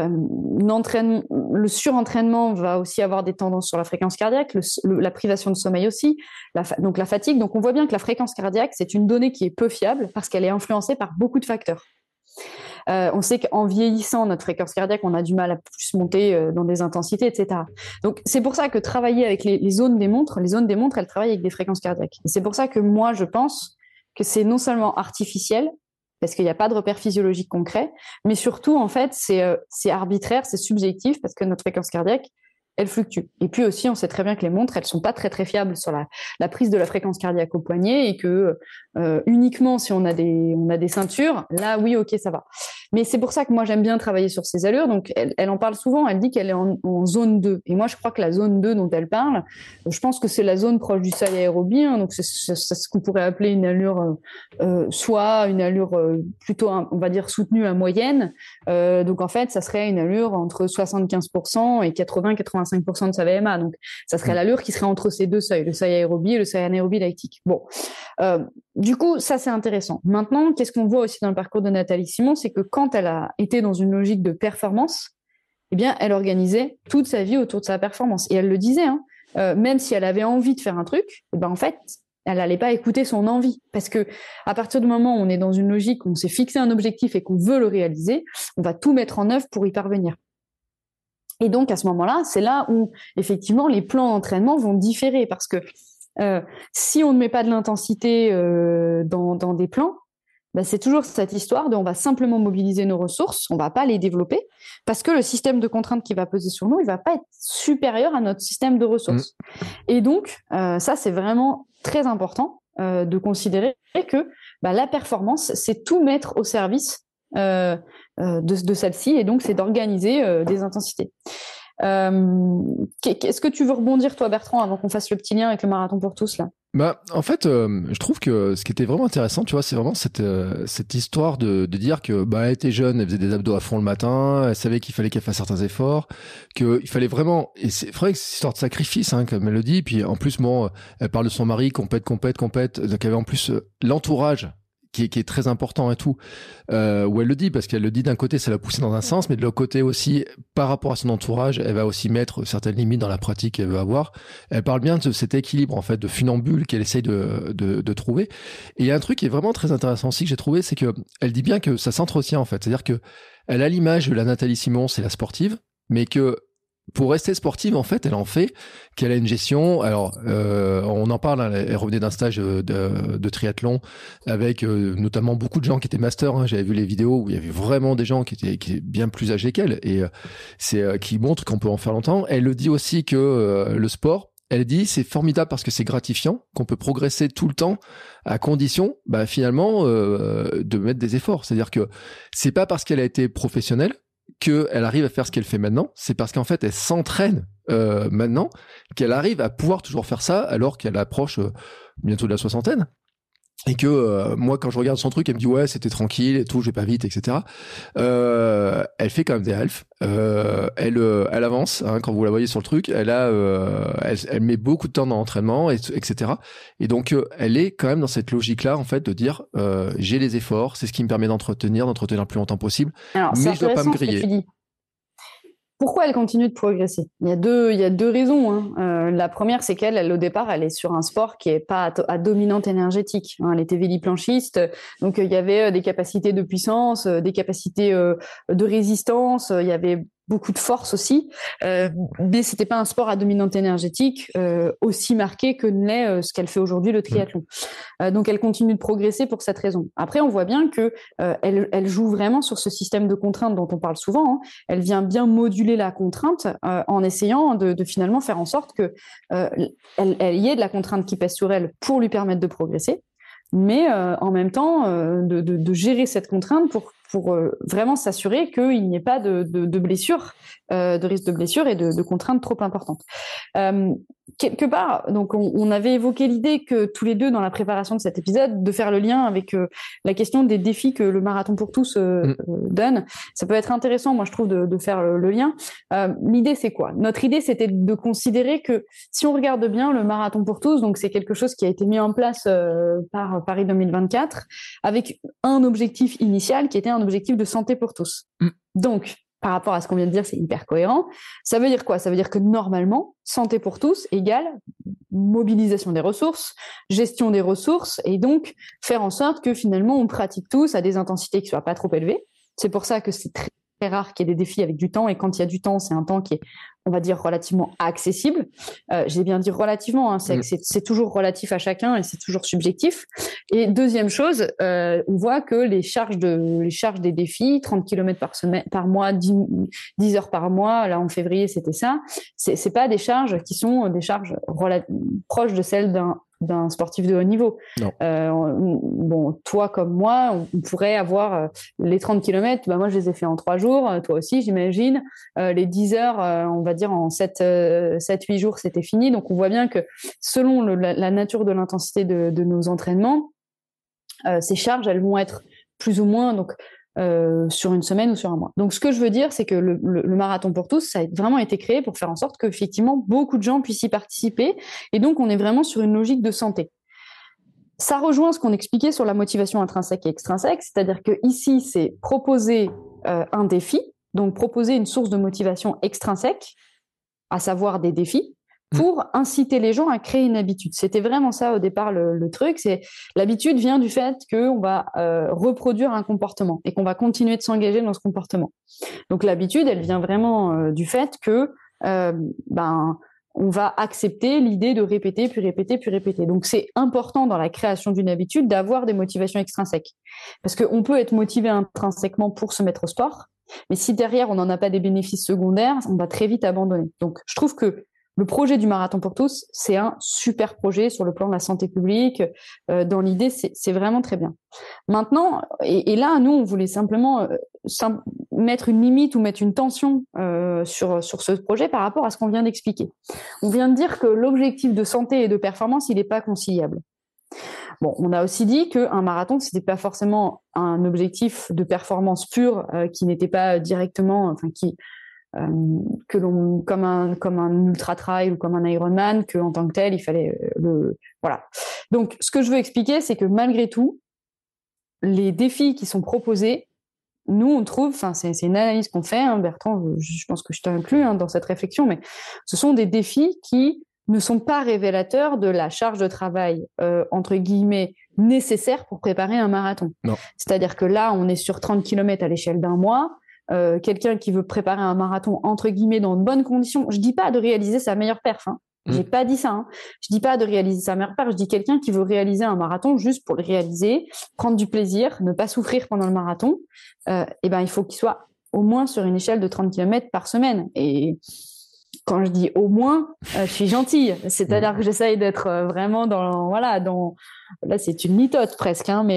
[SPEAKER 4] Le surentraînement va aussi avoir des tendances sur la fréquence cardiaque, la privation de sommeil aussi, donc la fatigue. Donc on voit bien que la fréquence cardiaque, c'est une donnée qui est peu fiable parce qu'elle est influencée par beaucoup de facteurs. On sait qu'en vieillissant, notre fréquence cardiaque, on a du mal à plus monter dans des intensités, etc. Donc, c'est pour ça que travailler avec les zones des montres, elles travaillent avec des fréquences cardiaques. Et c'est pour ça que moi, je pense que c'est non seulement artificiel, parce qu'il n'y a pas de repère physiologique concret, mais surtout, en fait, c'est arbitraire, c'est subjectif, parce que notre fréquence cardiaque, elle fluctue. Et puis aussi, on sait très bien que les montres, elles sont pas très très fiables sur la prise de la fréquence cardiaque au poignet et que uniquement si on a des ceintures, là oui, ok, ça va. Mais c'est pour ça que moi j'aime bien travailler sur ces allures. Donc elle en parle souvent, elle dit qu'elle est en zone 2. Et moi je crois que la zone 2 dont elle parle, je pense que c'est la zone proche du seuil aérobie, hein, donc c'est ce qu'on pourrait appeler une allure soit une allure plutôt on va dire soutenue à moyenne. Donc en fait ça serait une allure entre 75% et 80-85% de sa VMA. Donc ça serait l'allure qui serait entre ces deux seuils, le seuil aérobie et le seuil anaérobie lactique. Bon, du coup ça c'est intéressant. Maintenant, qu'est-ce qu'on voit aussi dans le parcours de Nathalie Simon, c'est que quand elle a été dans une logique de performance, eh bien, elle organisait toute sa vie autour de sa performance. Et elle le disait, hein, même si elle avait envie de faire un truc, eh ben, en fait, elle n'allait pas écouter son envie. Parce que à partir du moment où on est dans une logique, où on s'est fixé un objectif et qu'on veut le réaliser, on va tout mettre en œuvre pour y parvenir. Et donc, à ce moment-là, c'est là où, effectivement, les plans d'entraînement vont différer. Parce que si on ne met pas de l'intensité dans des plans, ben c'est toujours cette histoire de on va simplement mobiliser nos ressources, on va pas les développer, parce que le système de contraintes qui va peser sur nous, il va pas être supérieur à notre système de ressources. Et donc, ça, c'est vraiment très important de considérer que la performance, c'est tout mettre au service de celle-ci, et donc c'est d'organiser des intensités. Est-ce que tu veux rebondir, toi, Bertrand, avant qu'on fasse le petit lien avec le marathon pour tous, là?
[SPEAKER 1] En fait, je trouve que ce qui était vraiment intéressant, tu vois, c'est vraiment cette histoire de dire que elle était jeune, elle faisait des abdos à fond le matin, elle savait qu'il fallait qu'elle fasse certains efforts, qu'il fallait vraiment, et c'est vrai que c'est une histoire de sacrifice, hein, comme elle le dit. Puis en plus, elle parle de son mari, compète, donc elle avait en plus l'entourage qui est très important et tout, où elle le dit, parce qu'elle le dit d'un côté, ça l'a poussé dans un sens, mais de l'autre côté aussi, par rapport à son entourage, elle va aussi mettre certaines limites dans la pratique qu'elle veut avoir. Elle parle bien de cet équilibre, en fait, de funambule qu'elle essaye de trouver. Et il y a un truc qui est vraiment très intéressant aussi que j'ai trouvé, c'est que elle dit bien que ça s'entretient, en fait. C'est-à-dire que elle a l'image de la Nathalie Simon, c'est la sportive, mais que pour rester sportive, en fait, elle en fait qu'elle a une gestion. Alors, on en parle, hein, elle revenait d'un stage de triathlon avec notamment beaucoup de gens qui étaient masters. Hein. J'avais vu les vidéos où il y avait vraiment des gens qui étaient bien plus âgés qu'elle, et c'est qui montre qu'on peut en faire longtemps. Elle le dit aussi que le sport, elle dit, c'est formidable parce que c'est gratifiant, qu'on peut progresser tout le temps à condition, finalement, de mettre des efforts. C'est-à-dire que c'est pas parce qu'elle a été professionnelle qu'elle arrive à faire ce qu'elle fait maintenant, c'est parce qu'en fait elle s'entraîne maintenant qu'elle arrive à pouvoir toujours faire ça alors qu'elle approche bientôt de la soixantaine. Et que moi, quand je regarde son truc, elle me dit ouais, c'était tranquille et tout, je vais pas vite, etc. Elle fait quand même des halfs. Elle avance, hein, quand vous la voyez sur le truc. Elle met beaucoup de temps dans l'entraînement, etc. Et donc, elle est quand même dans cette logique-là, en fait, de dire j'ai les efforts, c'est ce qui me permet d'entretenir le plus longtemps possible.
[SPEAKER 4] Alors,
[SPEAKER 1] mais je dois pas me griller.
[SPEAKER 4] Pourquoi elle continue de progresser ? Il y a deux raisons. Hein. La première, c'est qu'elle, au départ, elle est sur un sport qui est pas à dominante énergétique. Hein. Elle était véliplanchiste, donc il y avait des capacités de puissance, des capacités de résistance. Il y avait beaucoup de force aussi, mais c'était pas un sport à dominante énergétique aussi marqué que l'est ce qu'elle fait aujourd'hui, le triathlon. Donc elle continue de progresser pour cette raison. Après, on voit bien que elle joue vraiment sur ce système de contrainte dont on parle souvent. Hein. Elle vient bien moduler la contrainte en essayant de finalement faire en sorte que elle y ait de la contrainte qui pèse sur elle pour lui permettre de progresser, mais en même temps de gérer cette contrainte pour vraiment s'assurer qu'il n'y ait pas de blessure, de risque de blessure et de contraintes trop importantes. Quelque part, donc on avait évoqué l'idée que tous les deux dans la préparation de cet épisode, de faire le lien avec la question des défis que le marathon pour tous donne. Ça peut être intéressant, moi je trouve, de faire le lien. L'idée c'est quoi ? Notre idée c'était de considérer que si on regarde bien le marathon pour tous, donc c'est quelque chose qui a été mis en place par Paris 2024 avec un objectif initial qui était un objectif de santé pour tous. Donc, par rapport à ce qu'on vient de dire, c'est hyper cohérent. Ça veut dire quoi ? Ça veut dire que normalement, santé pour tous égale mobilisation des ressources, gestion des ressources, et donc faire en sorte que finalement on pratique tous à des intensités qui soient pas trop élevées. C'est pour ça que c'est très rare qu'il y ait des défis avec du temps, et quand il y a du temps, c'est un temps qui est, on va dire, relativement accessible. J'ai bien dit relativement, hein, c'est toujours relatif à chacun et c'est toujours subjectif. Et deuxième chose, on voit que les charges des défis, 30 km par mois, 10 heures par mois, là en février c'était ça, c'est pas des charges qui sont des charges proches de celles d'un d'un sportif de haut niveau. Bon, toi comme moi, on pourrait avoir les 30 km, moi je les ai fait en 3 jours, toi aussi j'imagine, les 10 heures, on va dire en 7-8 jours c'était fini. Donc on voit bien que selon la nature de l'intensité de nos entraînements, ces charges elles vont être plus ou moins sur une semaine ou sur un mois. Donc, ce que je veux dire, c'est que le marathon pour tous, ça a vraiment été créé pour faire en sorte qu'effectivement, beaucoup de gens puissent y participer. Et donc, on est vraiment sur une logique de santé. Ça rejoint ce qu'on expliquait sur la motivation intrinsèque et extrinsèque, c'est-à-dire que ici, c'est proposer un défi, donc proposer une source de motivation extrinsèque, à savoir des défis, pour inciter les gens à créer une habitude. C'était vraiment ça au départ le truc. C'est l'habitude vient du fait qu'on va reproduire un comportement et qu'on va continuer de s'engager dans ce comportement. Donc l'habitude, elle vient vraiment du fait que on va accepter l'idée de répéter, puis répéter, puis répéter. Donc c'est important dans la création d'une habitude d'avoir des motivations extrinsèques. Parce qu'on peut être motivé intrinsèquement pour se mettre au sport, mais si derrière on n'en a pas des bénéfices secondaires, on va très vite abandonner. Donc je trouve que le projet du Marathon pour tous, c'est un super projet sur le plan de la santé publique. Dans l'idée, c'est vraiment très bien. Maintenant, et là, nous, on voulait simplement mettre une limite ou mettre une tension sur ce projet par rapport à ce qu'on vient d'expliquer. On vient de dire que l'objectif de santé et de performance, il n'est pas conciliable. Bon, on a aussi dit qu'un marathon, ce n'était pas forcément un objectif de performance pure qui n'était pas directement, que l'on comme un ultra trail ou comme un Ironman, que en tant que tel il fallait voilà. Donc ce que je veux expliquer, c'est que malgré tout, les défis qui sont proposés, nous on trouve, c'est une analyse qu'on fait, Bertrand, je pense que je t'inclus dans cette réflexion, mais ce sont des défis qui ne sont pas révélateurs de la charge de travail entre guillemets nécessaire pour préparer un marathon.
[SPEAKER 1] Non.
[SPEAKER 4] C'est-à-dire que là on est sur 30 km à l'échelle d'un mois. Quelqu'un qui veut préparer un marathon entre guillemets dans de bonnes conditions, je dis pas de réaliser sa meilleure perf, j'ai pas dit ça, je dis pas de réaliser sa meilleure perf, je dis quelqu'un qui veut réaliser un marathon juste pour le réaliser, prendre du plaisir, ne pas souffrir pendant le marathon, il faut qu'il soit au moins sur une échelle de 30 km par semaine. Et quand je dis au moins, je suis gentille, c'est-à-dire que j'essaye d'être vraiment là c'est une litote presque, mais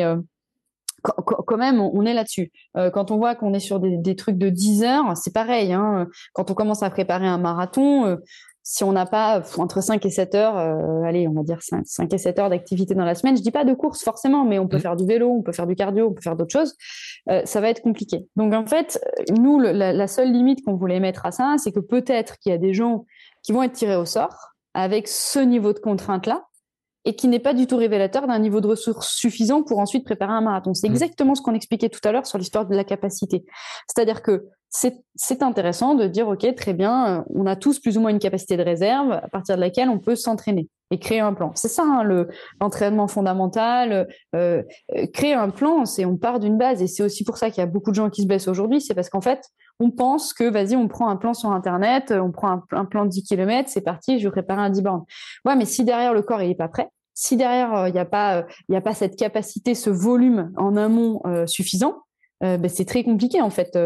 [SPEAKER 4] quand même, on est là-dessus. Quand on voit qu'on est sur des trucs de 10 heures, c'est pareil. Quand on commence à préparer un marathon, si on n'a pas entre 5 et 7 heures, allez, on va dire 5 et 7 heures d'activité dans la semaine, je dis pas de course forcément, mais on peut faire du vélo, on peut faire du cardio, on peut faire d'autres choses, ça va être compliqué. Donc en fait, nous, la seule limite qu'on voulait mettre à ça, c'est que peut-être qu'il y a des gens qui vont être tirés au sort avec ce niveau de contrainte-là, et qui n'est pas du tout révélateur d'un niveau de ressources suffisant pour ensuite préparer un marathon. C'est exactement ce qu'on expliquait tout à l'heure sur l'histoire de la capacité. C'est-à-dire que c'est intéressant de dire, OK, très bien, on a tous plus ou moins une capacité de réserve à partir de laquelle on peut s'entraîner et créer un plan. C'est ça, l'entraînement fondamental. Créer un plan, on part d'une base, et c'est aussi pour ça qu'il y a beaucoup de gens qui se blessent aujourd'hui, c'est parce qu'en fait, on pense que, vas-y, on prend un plan sur Internet, on prend un plan de 10 km, c'est parti, je vais préparer un 10 bornes. Ouais, mais si derrière le corps, il est pas prêt, si derrière, il n'y a pas cette capacité, ce volume en amont suffisant, c'est très compliqué, en fait,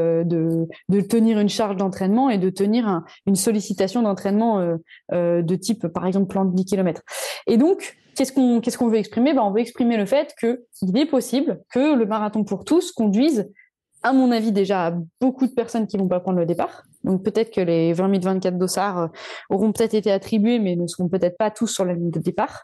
[SPEAKER 4] de tenir une charge d'entraînement et de tenir une sollicitation d'entraînement de type, par exemple, plan de 10 km. Et donc, qu'est-ce qu'on veut exprimer? On veut exprimer le fait qu'il est possible que le marathon pour tous conduise, à mon avis, déjà à beaucoup de personnes qui vont pas prendre le départ. Donc peut-être que les 20 024 dossards auront peut-être été attribués, mais ne seront peut-être pas tous sur la ligne de départ.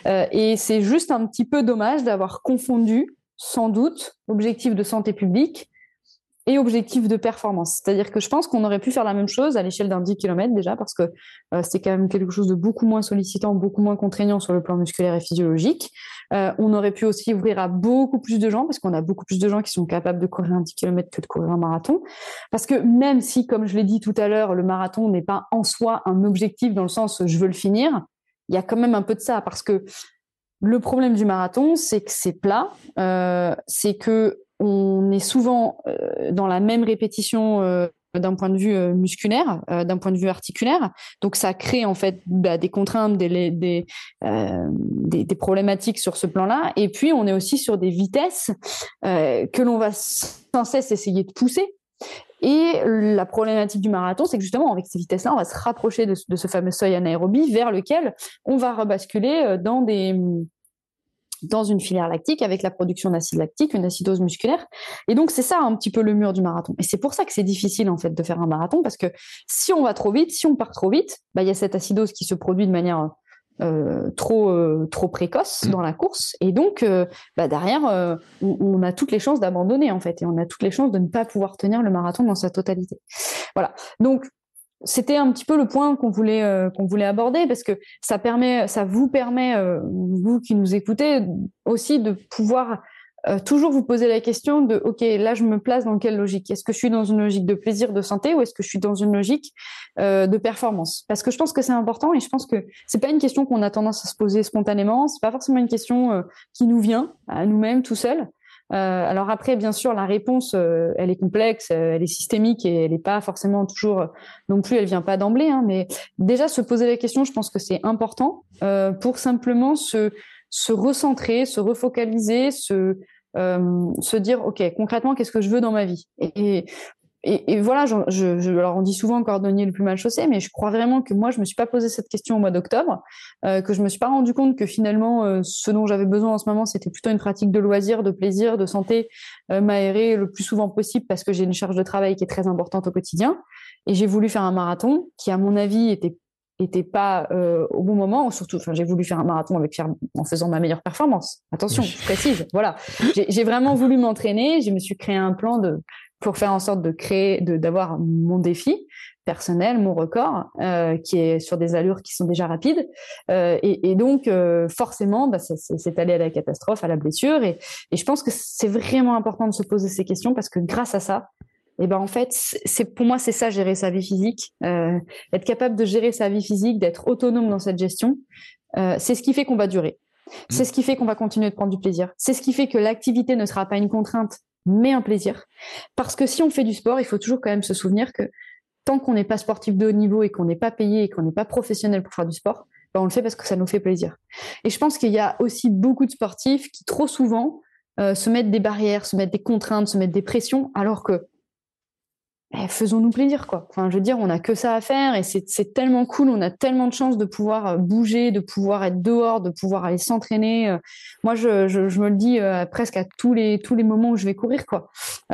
[SPEAKER 4] Et c'est juste un petit peu dommage d'avoir confondu, sans doute, objectif de santé publique et objectif de performance. C'est-à-dire que je pense qu'on aurait pu faire la même chose à l'échelle d'un 10 km déjà, parce que c'est quand même quelque chose de beaucoup moins sollicitant, beaucoup moins contraignant sur le plan musculaire et physiologique. On aurait pu aussi ouvrir à beaucoup plus de gens, parce qu'on a beaucoup plus de gens qui sont capables de courir un 10 km que de courir un marathon. Parce que même si, comme je l'ai dit tout à l'heure, le marathon n'est pas en soi un objectif dans le sens « je veux le finir », il y a quand même un peu de ça, parce que le problème du marathon, c'est que c'est plat, c'est que on est souvent dans la même répétition d'un point de vue musculaire, d'un point de vue articulaire. Donc, ça crée en fait des contraintes, des problématiques sur ce plan-là. Et puis, on est aussi sur des vitesses que l'on va sans cesse essayer de pousser. Et la problématique du marathon, c'est que justement, avec ces vitesses-là, on va se rapprocher de ce fameux seuil anaérobie vers lequel on va rebasculer dans une filière lactique avec la production d'acide lactique, une acidose musculaire. Et donc, c'est ça un petit peu le mur du marathon. Et c'est pour ça que c'est difficile, en fait, de faire un marathon, parce que si on va trop vite, si on part trop vite, il y a cette acidose qui se produit de manière trop précoce dans la course, et donc derrière on a toutes les chances d'abandonner en fait, et on a toutes les chances de ne pas pouvoir tenir le marathon dans sa totalité. Voilà, donc c'était un petit peu le point qu'on voulait aborder, parce que ça vous permet vous qui nous écoutez aussi de pouvoir toujours vous poser la question de ok, là je me place dans quelle logique? Est-ce que je suis dans une logique de plaisir, de santé, ou est-ce que je suis dans une logique de performance? Parce que je pense que c'est important, et je pense que c'est pas une question qu'on a tendance à se poser spontanément, c'est pas forcément une question qui nous vient à nous-mêmes tout seuls. Alors après, bien sûr, la réponse, elle est complexe, elle est systémique, et elle n'est pas forcément toujours non plus, elle vient pas d'emblée, hein, mais déjà se poser la question, je pense que c'est important pour simplement se recentrer, se refocaliser, se dire ok, concrètement, qu'est-ce que je veux dans ma vie? Et voilà, alors on dit souvent cordonnier le plus mal chaussé, mais je crois vraiment que moi je me suis pas posé cette question au mois d'octobre, que je me suis pas rendu compte que finalement ce dont j'avais besoin en ce moment, c'était plutôt une pratique de loisir, de plaisir, de santé, m'aérer le plus souvent possible, parce que j'ai une charge de travail qui est très importante au quotidien, et j'ai voulu faire un marathon qui, à mon avis, était pas au bon moment. Surtout, j'ai voulu faire un marathon en faisant ma meilleure performance. Attention, je précise. Voilà, j'ai vraiment voulu m'entraîner. Je me suis créé un plan pour faire en sorte d'avoir mon défi personnel, mon record, qui est sur des allures qui sont déjà rapides. Et donc, forcément, c'est allé à la catastrophe, à la blessure. Et je pense que c'est vraiment important de se poser ces questions, parce que grâce à ça, en fait, pour moi, c'est ça, gérer sa vie physique. Être capable de gérer sa vie physique, d'être autonome dans cette gestion, c'est ce qui fait qu'on va durer. C'est ce qui fait qu'on va continuer de prendre du plaisir. C'est ce qui fait que l'activité ne sera pas une contrainte, mais un plaisir. Parce que si on fait du sport, il faut toujours quand même se souvenir que tant qu'on n'est pas sportif de haut niveau, et qu'on n'est pas payé, et qu'on n'est pas professionnel pour faire du sport, on le fait parce que ça nous fait plaisir. Et je pense qu'il y a aussi beaucoup de sportifs qui trop souvent se mettent des barrières, se mettent des contraintes, se mettent des pressions, alors que faisons-nous plaisir, quoi. Enfin, je veux dire, on n'a que ça à faire, et c'est tellement cool, on a tellement de chance de pouvoir bouger, de pouvoir être dehors, de pouvoir aller s'entraîner. Moi, je me le dis presque à tous les moments où je vais courir, quoi.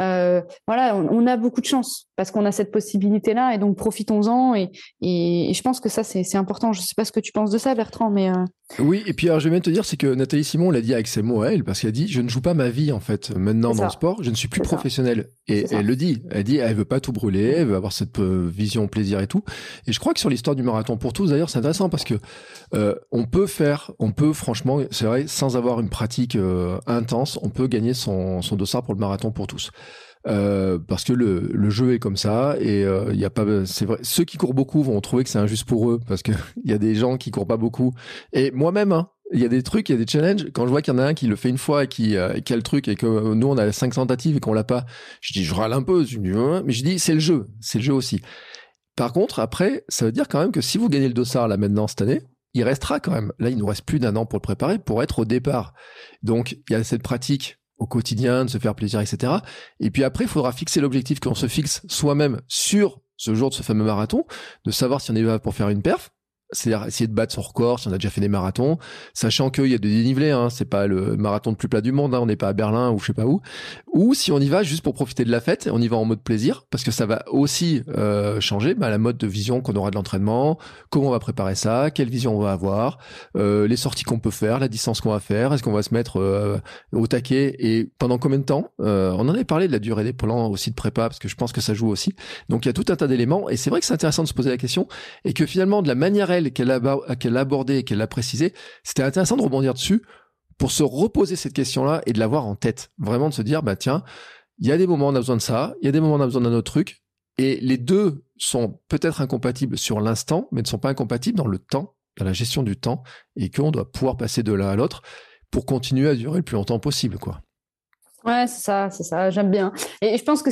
[SPEAKER 4] Voilà, on a beaucoup de chance parce qu'on a cette possibilité-là, et donc profitons-en, et je pense que ça, c'est important. Je sais pas ce que tu penses de ça, Bertrand, mais...
[SPEAKER 1] Oui, et puis alors, je vais même te dire, c'est que Nathalie Simon l'a dit avec ses mots à elle, parce qu'elle a dit, je ne joue pas ma vie, en fait, maintenant dans le sport, je ne suis plus professionnelle. Et elle le dit, elle veut pas tout brûler, elle veut avoir cette vision plaisir et tout. Et je crois que sur l'histoire du marathon pour tous, d'ailleurs, c'est intéressant, parce que on peut franchement, c'est vrai, sans avoir une pratique intense, on peut gagner son dossard pour le marathon pour tous. Parce que le jeu est comme ça, et il y a pas, c'est vrai, ceux qui courent beaucoup vont trouver que c'est injuste pour eux, parce que il y a des gens qui courent pas beaucoup, et moi-même, hein, il y a des trucs, il y a des challenges, quand je vois qu'il y en a un qui le fait une fois, et qui a le truc, et que nous on a 5 tentatives et qu'on l'a pas, je râle un peu, mais je dis c'est le jeu aussi. Par contre, après, ça veut dire quand même que si vous gagnez le dossard là maintenant cette année, il restera quand même, là il nous reste plus d'1 an pour le préparer, pour être au départ. Donc il y a cette pratique au quotidien, de se faire plaisir, etc. Et puis après, il faudra fixer l'objectif qu'on se fixe soi-même sur ce jour de ce fameux marathon, de savoir si on est là pour faire une perf, c'est-à-dire essayer de battre son record si on a déjà fait des marathons, sachant qu'il y a des dénivelés, hein, c'est pas le marathon le plus plat du monde, hein, on n'est pas à Berlin ou je sais pas où, ou si on y va juste pour profiter de la fête, on y va en mode plaisir, parce que ça va aussi changer la mode de vision qu'on aura de l'entraînement, comment on va préparer ça, quelle vision on va avoir, les sorties qu'on peut faire, la distance qu'on va faire, est-ce qu'on va se mettre au taquet, et pendant combien de temps, on en avait parlé de la durée des plans aussi de prépa, parce que je pense que ça joue aussi, donc il y a tout un tas d'éléments, et c'est vrai que c'est intéressant de se poser la question, et que finalement de la manière qu'elle a abordé et qu'elle a précisé, c'était intéressant de rebondir dessus pour se reposer cette question-là et de l'avoir en tête. Vraiment de se dire, tiens, il y a des moments où on a besoin de ça, il y a des moments où on a besoin d'un autre truc, et les deux sont peut-être incompatibles sur l'instant, mais ne sont pas incompatibles dans le temps, dans la gestion du temps, et qu'on doit pouvoir passer de l'un à l'autre pour continuer à durer le plus longtemps possible, quoi.
[SPEAKER 4] Ouais, c'est ça, j'aime bien. Et je pense que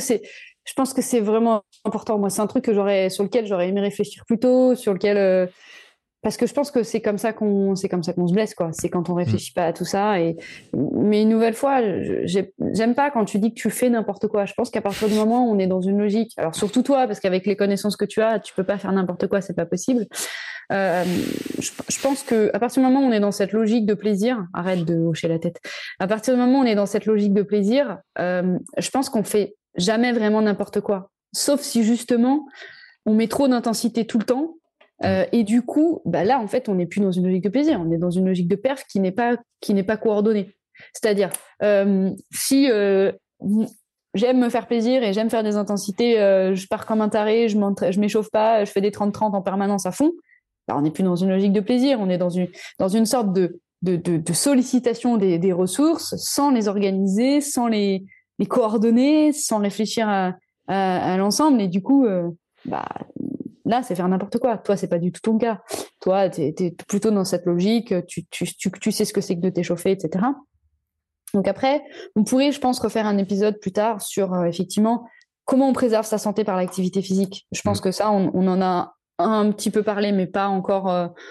[SPEAKER 4] c'est vraiment important. Moi, c'est un truc sur lequel j'aurais aimé réfléchir plus tôt, sur lequel parce que je pense que c'est comme ça qu'on se blesse, quoi. C'est quand on réfléchit pas à tout ça. Mais une nouvelle fois, j'aime pas quand tu dis que tu fais n'importe quoi. Je pense qu'à partir du moment où on est dans une logique, alors surtout toi, parce qu'avec les connaissances que tu as, tu peux pas faire n'importe quoi, c'est pas possible. Je pense que à partir du moment où on est dans cette logique de plaisir, arrête de hocher la tête. À partir du moment où on est dans cette logique de plaisir, je pense qu'on fait jamais vraiment n'importe quoi. Sauf si justement on met trop d'intensité tout le temps. Et du coup, là, en fait, on n'est plus dans une logique de plaisir, on est dans une logique de perf qui n'est pas coordonnée. C'est-à-dire, si j'aime me faire plaisir et j'aime faire des intensités, je pars comme un taré, je m'échauffe pas, je fais des 30-30 en permanence à fond, on n'est plus dans une logique de plaisir, on est dans une sorte de sollicitation des ressources sans les organiser, sans les coordonner, sans réfléchir à l'ensemble. Et du coup, là, c'est faire n'importe quoi. Toi, c'est pas du tout ton cas. Toi, t'es plutôt dans cette logique, tu sais ce que c'est que de t'échauffer, etc. Donc après, on pourrait, je pense, refaire un épisode plus tard sur, effectivement, comment on préserve sa santé par l'activité physique. Je pense que ça, on en a un petit peu parlé, mais pas encore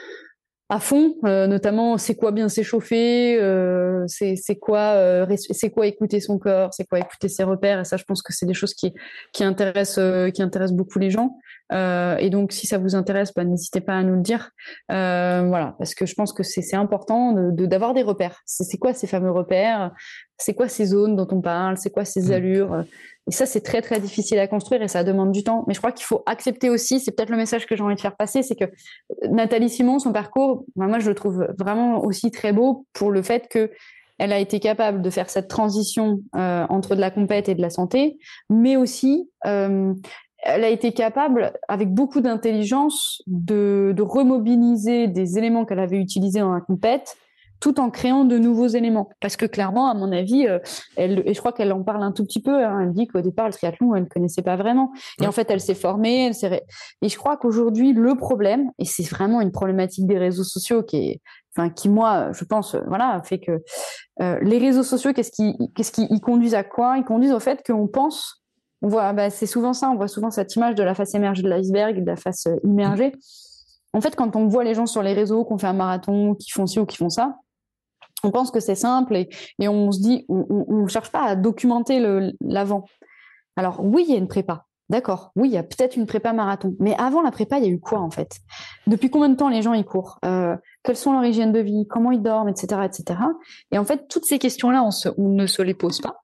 [SPEAKER 4] à fond. Notamment, c'est quoi bien s'échauffer, c'est quoi écouter son corps, c'est quoi écouter ses repères. Et ça, je pense que c'est des choses qui intéressent beaucoup les gens. Et donc, si ça vous intéresse, n'hésitez pas à nous le dire. Voilà, parce que je pense que c'est important d'avoir des repères. C'est quoi ces fameux repères? C'est quoi ces zones dont on parle? C'est quoi ces allures? Et ça, c'est très, très difficile à construire et ça demande du temps. Mais je crois qu'il faut accepter aussi, c'est peut-être le message que j'ai envie de faire passer, c'est que Nathalie Simon, son parcours, moi, je le trouve vraiment aussi très beau pour le fait qu'elle a été capable de faire cette transition entre de la compète et de la santé, mais aussi elle a été capable, avec beaucoup d'intelligence, de remobiliser des éléments qu'elle avait utilisés dans la compète, tout en créant de nouveaux éléments. Parce que clairement, à mon avis, et je crois qu'elle en parle un tout petit peu, elle dit qu'au départ, le triathlon, elle ne connaissait pas vraiment. Et en fait, elle s'est formée, et je crois qu'aujourd'hui, le problème, et c'est vraiment une problématique des réseaux sociaux qui, moi, je pense, fait que les réseaux sociaux, qu'est-ce qui y conduisent à quoi? Ils conduisent au fait qu'on pense, on voit, c'est souvent ça, on voit souvent cette image de la face émergée de l'iceberg et de la face immergée. En fait, quand on voit les gens sur les réseaux, qu'on fait un marathon, qui font ci ou qui font ça, on pense que c'est simple et on se dit, on ne cherche pas à documenter l'avant. Alors oui, il y a une prépa, d'accord. Oui, il y a peut-être une prépa marathon. Mais avant la prépa, il y a eu quoi en fait? Depuis combien de temps les gens y courent? Quelles sont leur hygiène de vie? Comment ils dorment, etc., etc. Et en fait, toutes ces questions-là, on ne se les pose pas.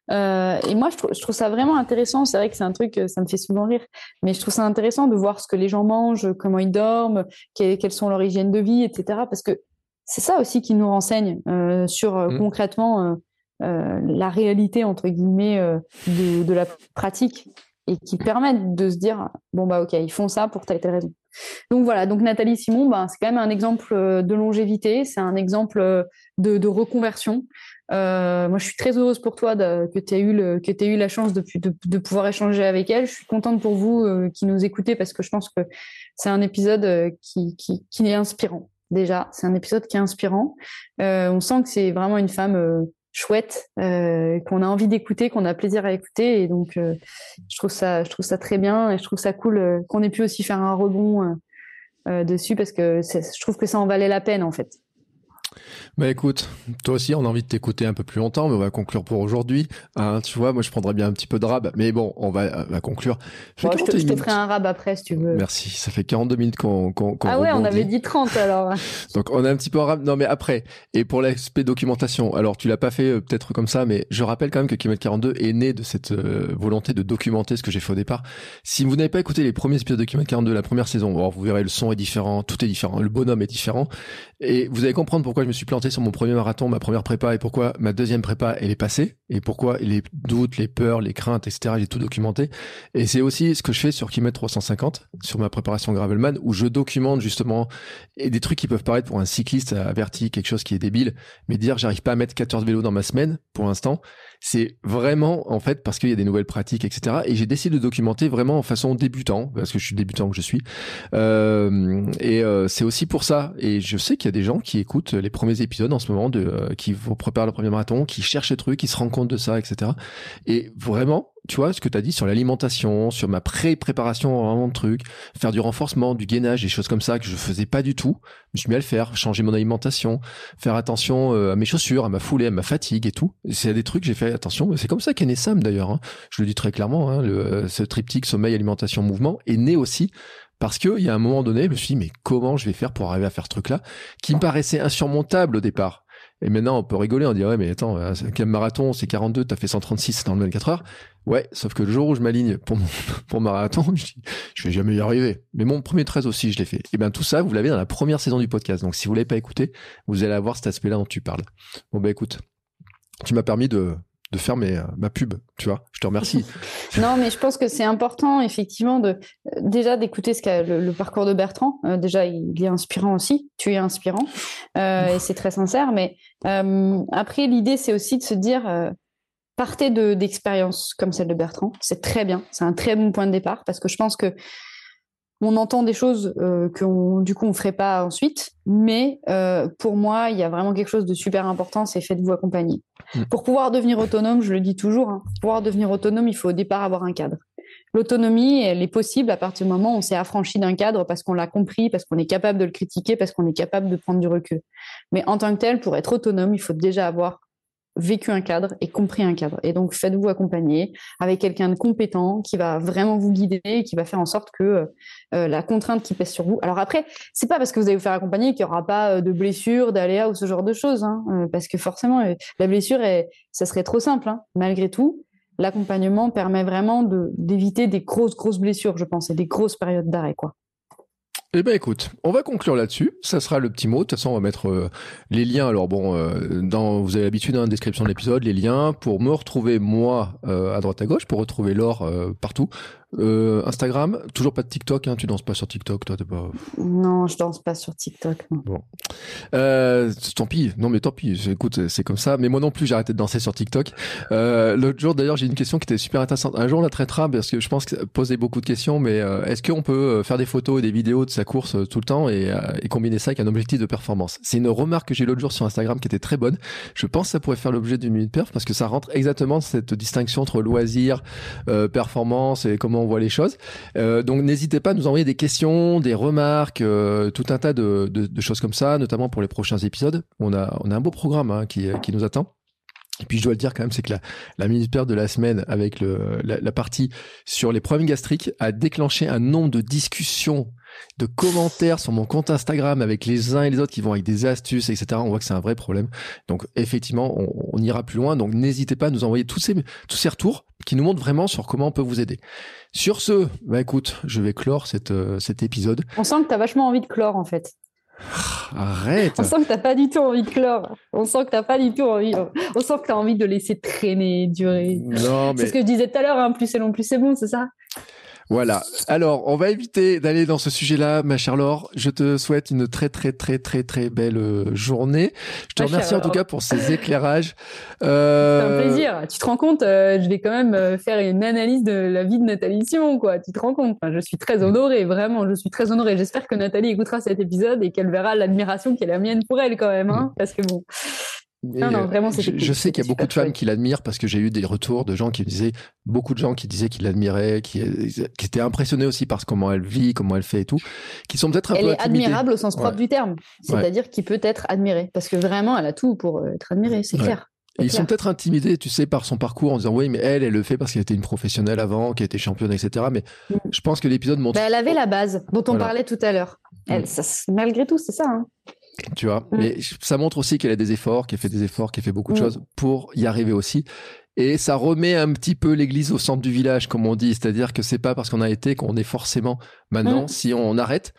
[SPEAKER 4] Et moi, je trouve ça vraiment intéressant. C'est vrai que c'est un truc, ça me fait souvent rire, mais je trouve ça intéressant de voir ce que les gens mangent, comment ils dorment, quelles sont leur hygiène de vie, etc. Parce que c'est ça aussi qui nous renseigne sur concrètement la réalité entre guillemets de la pratique et qui permettent de se dire ok, ils font ça pour telle raison. Donc voilà, donc Nathalie Simon, c'est quand même un exemple de longévité, c'est un exemple de reconversion. Moi, je suis très heureuse pour toi que tu aies eu la chance de pouvoir échanger avec elle. Je suis contente pour vous qui nous écoutez parce que je pense que c'est un épisode qui est inspirant. Déjà, c'est un épisode qui est inspirant. On sent que c'est vraiment une femme chouette, qu'on a envie d'écouter, qu'on a plaisir à écouter. Et donc, je trouve ça très bien et je trouve ça cool qu'on ait pu aussi faire un rebond dessus parce que je trouve que ça en valait la peine en fait.
[SPEAKER 1] Écoute, toi aussi on a envie de t'écouter un peu plus longtemps, mais on va conclure pour aujourd'hui. Tu vois, moi je prendrais bien un petit peu de rab, mais bon, on va conclure.
[SPEAKER 4] Je te ferai un rab après si tu veux.
[SPEAKER 1] Merci, ça fait 42 minutes qu'on
[SPEAKER 4] Ah ouais, rebondit. On avait dit 30 alors.
[SPEAKER 1] Donc on a un petit peu en rab, non mais après. Et pour l'aspect documentation, alors tu l'as pas fait peut-être comme ça, mais je rappelle quand même que Kilomètre 42 est né de cette volonté de documenter ce que j'ai fait au départ. Si vous n'avez pas écouté les premiers épisodes de Kilomètre 42, la première saison, alors vous verrez le son est différent, tout est différent, le bonhomme est différent, et vous allez comprendre pourquoi je me suis planté sur mon premier marathon, ma première prépa, et pourquoi ma deuxième prépa elle est passée, et pourquoi les doutes, les peurs, les craintes, etc. J'ai tout documenté. Et c'est aussi ce que je fais sur Kilomètre 350, sur ma préparation Gravelman, où je documente justement et des trucs qui peuvent paraître pour un cycliste averti quelque chose qui est débile, mais dire j'arrive pas à mettre 14 vélos dans ma semaine pour l'instant, c'est vraiment en fait parce qu'il y a des nouvelles pratiques, etc. Et j'ai décidé de documenter vraiment en façon débutant, parce que je suis débutant que je suis. C'est aussi pour ça. Et je sais qu'il y a des gens qui écoutent les premiers épisodes en ce moment qui vont préparer le premier marathon, qui cherchent des trucs, qui se rendent compte de ça, etc. Et vraiment, tu vois, ce que tu as dit sur l'alimentation, sur ma préparation vraiment de trucs, faire du renforcement, du gainage, des choses comme ça que je faisais pas du tout. Je me suis mis à le faire, changer mon alimentation, faire attention à mes chaussures, à ma foulée, à ma fatigue et tout. C'est des trucs que j'ai fait attention. C'est comme ça qu'est né Sam d'ailleurs. Hein. Je le dis très clairement, hein, ce triptyque sommeil, alimentation, mouvement est né aussi parce qu'il y a un moment donné, je me suis dit, mais comment je vais faire pour arriver à faire ce truc-là qui me paraissait insurmontable au départ. Et maintenant, on peut rigoler, on dit, ouais, mais attends, un marathon, c'est 42, t'as fait 136 dans le 24 heures. Ouais, sauf que le jour où je m'aligne pour mon marathon, je vais jamais y arriver. Mais mon premier 13 aussi, je l'ai fait. Et bien, tout ça, vous l'avez dans la première saison du podcast. Donc, si vous l'avez pas écouté, vous allez avoir cet aspect-là dont tu parles. Bon, ben, écoute, tu m'as permis de faire ma pub, tu vois. Je te remercie.
[SPEAKER 4] Non, mais je pense que c'est important, effectivement, déjà d'écouter ce qu'a le parcours de Bertrand. Déjà, il est inspirant aussi. Tu es inspirant. Et c'est très sincère. Mais après, l'idée, c'est aussi de se dire, partez d'expériences comme celle de Bertrand. C'est très bien. C'est un très bon point de départ parce que je pense que on entend des choses du coup on ferait pas ensuite, mais pour moi il y a vraiment quelque chose de super important, c'est faites-vous accompagner. Pour pouvoir devenir autonome, je le dis toujours, hein, pour pouvoir devenir autonome, il faut au départ avoir un cadre. L'autonomie, elle est possible à partir du moment où on s'est affranchi d'un cadre parce qu'on l'a compris, parce qu'on est capable de le critiquer, parce qu'on est capable de prendre du recul. Mais en tant que tel, pour être autonome, il faut déjà avoir vécu un cadre et compris un cadre. Et donc, faites-vous accompagner avec quelqu'un de compétent qui va vraiment vous guider et qui va faire en sorte que la contrainte qui pèse sur vous... Alors après, c'est pas parce que vous allez vous faire accompagner qu'il y aura pas de blessures, d'aléas ou ce genre de choses, hein, parce que forcément, la blessure, ça serait trop simple. Hein. Malgré tout, l'accompagnement permet vraiment d'éviter des grosses blessures, je pense, et des grosses périodes d'arrêt, quoi.
[SPEAKER 1] Eh ben écoute, on va conclure là-dessus. Ça sera le petit mot. De toute façon, on va mettre les liens. Alors bon, vous avez l'habitude dans la description de l'épisode, les liens pour me retrouver moi à droite à gauche, pour retrouver Laure partout. Instagram, toujours pas de TikTok, hein, tu danses pas sur TikTok, toi, t'es pas...
[SPEAKER 4] Non, je danse pas sur TikTok. Non.
[SPEAKER 1] Bon. Tant pis, non mais tant pis, écoute, c'est comme ça, mais moi non plus j'ai arrêté de danser sur TikTok. L'autre jour d'ailleurs j'ai une question qui était super intéressante, un jour on la traitera parce que je pense que poser beaucoup de questions, mais est-ce qu'on peut faire des photos et des vidéos de sa course tout le temps et combiner ça avec un objectif de performance? C'est une remarque que j'ai l'autre jour sur Instagram qui était très bonne, je pense que ça pourrait faire l'objet d'une minute perf parce que ça rentre exactement dans cette distinction entre loisir, performance et comment on voit les choses. Donc n'hésitez pas à nous envoyer des questions, des remarques, tout un tas de choses comme ça, notamment pour les prochains épisodes. On a un beau programme hein, qui nous attend. Et puis je dois le dire quand même, c'est que la minute perte de la semaine avec la partie sur les problèmes gastriques a déclenché un nombre de discussions, de commentaires sur mon compte Instagram avec les uns et les autres qui vont avec des astuces, etc. On voit que c'est un vrai problème. Donc effectivement, on ira plus loin. Donc n'hésitez pas à nous envoyer tous ces retours qui nous montrent vraiment sur comment on peut vous aider. Sur ce, bah écoute, je vais clore cet épisode.
[SPEAKER 4] On sent que t'as vachement envie de clore en fait.
[SPEAKER 1] Arrête.
[SPEAKER 4] On sent que t'as pas du tout envie de clore. On sent que t'as pas du tout envie. On sent que t'as envie de laisser traîner, durer. Non, mais... C'est ce que je disais tout à l'heure, hein, plus c'est long, plus c'est bon, c'est ça?
[SPEAKER 1] Voilà. Alors, on va éviter d'aller dans ce sujet-là, ma chère Laure. Je te souhaite une très, très, très, très, très belle journée. Je te remercie en tout cas pour ces éclairages.
[SPEAKER 4] C'est un plaisir. Tu te rends compte, je vais quand même faire une analyse de la vie de Nathalie Simon, quoi. Tu te rends compte? Enfin, je suis très honorée, vraiment. Je suis très honorée. J'espère que Nathalie écoutera cet épisode et qu'elle verra l'admiration qui est la mienne pour elle quand même, hein. Parce que bon... Non, vraiment,
[SPEAKER 1] je sais qu'il y a beaucoup de femmes qui l'admirent parce que j'ai eu des retours de gens qui me disaient, beaucoup de gens qui disaient qu'ils l'admiraient, qui étaient impressionnés aussi par comment elle vit, comment elle fait et tout, qui sont peut-être un peu intimidés.
[SPEAKER 4] Elle est admirable au sens propre du terme, c'est-à-dire qu'il peut être admiré parce que vraiment, elle a tout pour être admirée, c'est clair.
[SPEAKER 1] Et ils sont peut-être intimidés, tu sais, par son parcours en disant oui, mais elle le fait parce qu'elle était une professionnelle avant, qu'elle était championne, etc. Mais je pense que l'épisode montre.
[SPEAKER 4] Elle avait la base dont on parlait tout à l'heure. Malgré tout, c'est ça. Hein.
[SPEAKER 1] Tu vois, mais ça montre aussi qu'elle a des efforts, qu'elle fait des efforts, qu'elle fait beaucoup de choses pour y arriver aussi. Et ça remet un petit peu l'église au centre du village, comme on dit. C'est-à-dire que c'est pas parce qu'on a été qu'on est forcément maintenant, si on arrête.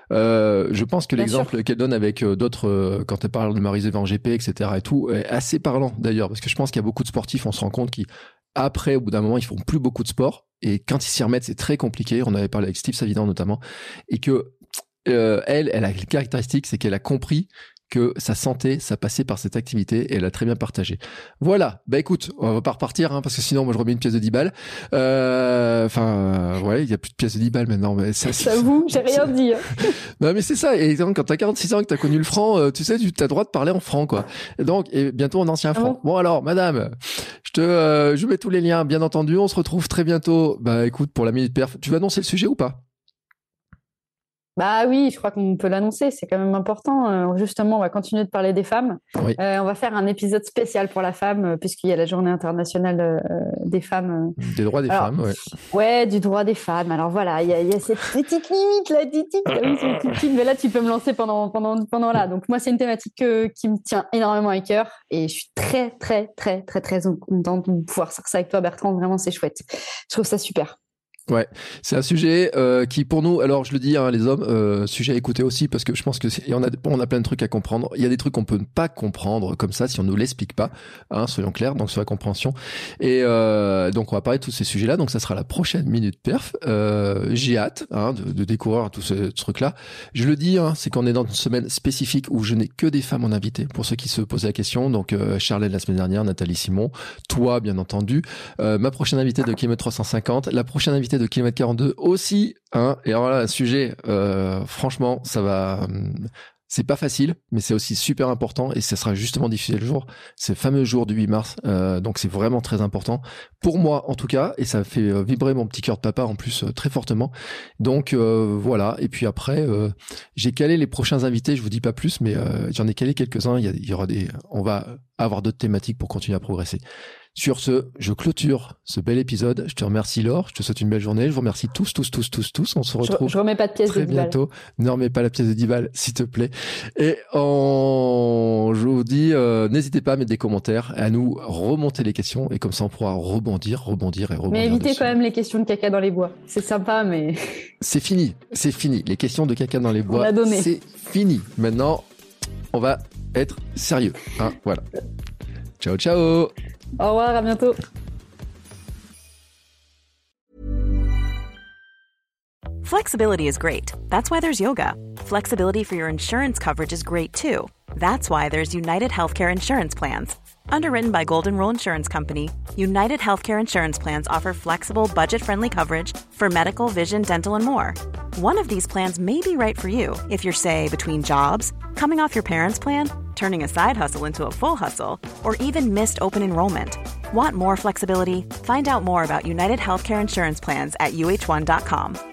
[SPEAKER 1] Je pense que l'exemple qu'elle donne avec d'autres, quand elle parle de Maryse Van GP, etc. et tout, est assez parlant d'ailleurs, parce que je pense qu'il y a beaucoup de sportifs, on se rend compte qu'après, au bout d'un moment, ils font plus beaucoup de sport. Et quand ils s'y remettent, c'est très compliqué. On avait parlé avec Steve Savidan notamment. Et que, elle a une caractéristique, c'est qu'elle a compris que sa santé, ça passait par cette activité et elle a très bien partagé. Voilà. Bah écoute, on va pas repartir, parce que sinon moi je remets une pièce de 10 balles. Ouais, il y a plus de pièces de 10 balles maintenant. Mais
[SPEAKER 4] j'avoue, j'ai rien dit.
[SPEAKER 1] Non mais c'est ça. Et quand t'as 46 ans et que t'as connu le franc, tu sais, tu as le droit de parler en franc, quoi. Et bientôt en ancien franc. Bon alors, madame, je mets tous les liens, bien entendu. On se retrouve très bientôt. Bah écoute, pour la minute perf, tu vas annoncer le sujet ou pas?
[SPEAKER 4] Bah oui, je crois qu'on peut l'annoncer, c'est quand même important. Justement, on va continuer de parler des femmes. Oui. On va faire un épisode spécial pour la femme, puisqu'il y a la journée internationale des femmes.
[SPEAKER 1] Des droits des femmes, ouais.
[SPEAKER 4] Ouais, du droit des femmes. Alors voilà, il y a cette petite limite, là, mais là, tu peux me lancer pendant là. Donc moi, c'est une thématique qui me tient énormément à cœur et je suis très, très, très, très, très contente de pouvoir faire ça avec toi, Bertrand. Vraiment, c'est chouette. Je trouve ça super.
[SPEAKER 1] Ouais, c'est un sujet qui pour nous, alors je le dis, les hommes, sujet à écouter aussi, parce que je pense que on a plein de trucs à comprendre. Il y a des trucs qu'on peut pas comprendre comme ça si on nous l'explique pas, soyons clairs, donc sur la compréhension. Et donc on va parler de tous ces sujets-là. Donc ça sera la prochaine minute perf. J'ai hâte de découvrir tout ce truc-là. Je le dis, c'est qu'on est dans une semaine spécifique où je n'ai que des femmes en invité. Pour ceux qui se posaient la question, donc Charlène la semaine dernière, Nathalie Simon, toi bien entendu, ma prochaine invitée de Kilomètre 350, la prochaine invitée de Kilomètre 42 aussi, et alors là, un sujet, franchement, ça va, c'est pas facile, mais c'est aussi super important, et ça sera justement diffusé le jour, ce fameux jour du 8 mars, donc c'est vraiment très important, pour moi en tout cas, et ça fait vibrer mon petit cœur de papa en plus très fortement, donc voilà, et puis après, j'ai calé les prochains invités, je vous dis pas plus, mais j'en ai calé quelques-uns, il y aura on va avoir d'autres thématiques pour continuer à progresser. Sur ce, je clôture ce bel épisode. Je te remercie Laure, je te souhaite une belle journée. Je vous remercie tous. On se retrouve
[SPEAKER 4] je remets pas de pièce
[SPEAKER 1] très
[SPEAKER 4] de 10
[SPEAKER 1] bientôt. Ne remets pas la pièce de 10 balles, s'il te plaît. Et je vous dis, n'hésitez pas à mettre des commentaires, à nous remonter les questions, et comme ça on pourra rebondir.
[SPEAKER 4] Mais évitez
[SPEAKER 1] dessus.
[SPEAKER 4] Quand même les questions de caca dans les bois. C'est sympa, mais...
[SPEAKER 1] C'est fini. Les questions de caca dans les bois, c'est fini. Maintenant, on va être sérieux. Voilà. Ciao, ciao.
[SPEAKER 4] Au revoir, à bientôt.
[SPEAKER 5] Flexibility is great. That's why there's yoga. Flexibility for your insurance coverage is great too. That's why there's United Healthcare Insurance Plans. Underwritten by Golden Rule Insurance Company, United Healthcare Insurance Plans offer flexible, budget-friendly coverage for medical, vision, dental, and more. One of these plans may be right for you if you're, say, between jobs, coming off your parents' plan, turning a side hustle into a full hustle, or even missed open enrollment. Want more flexibility? Find out more about United Healthcare Insurance Plans at uh1.com.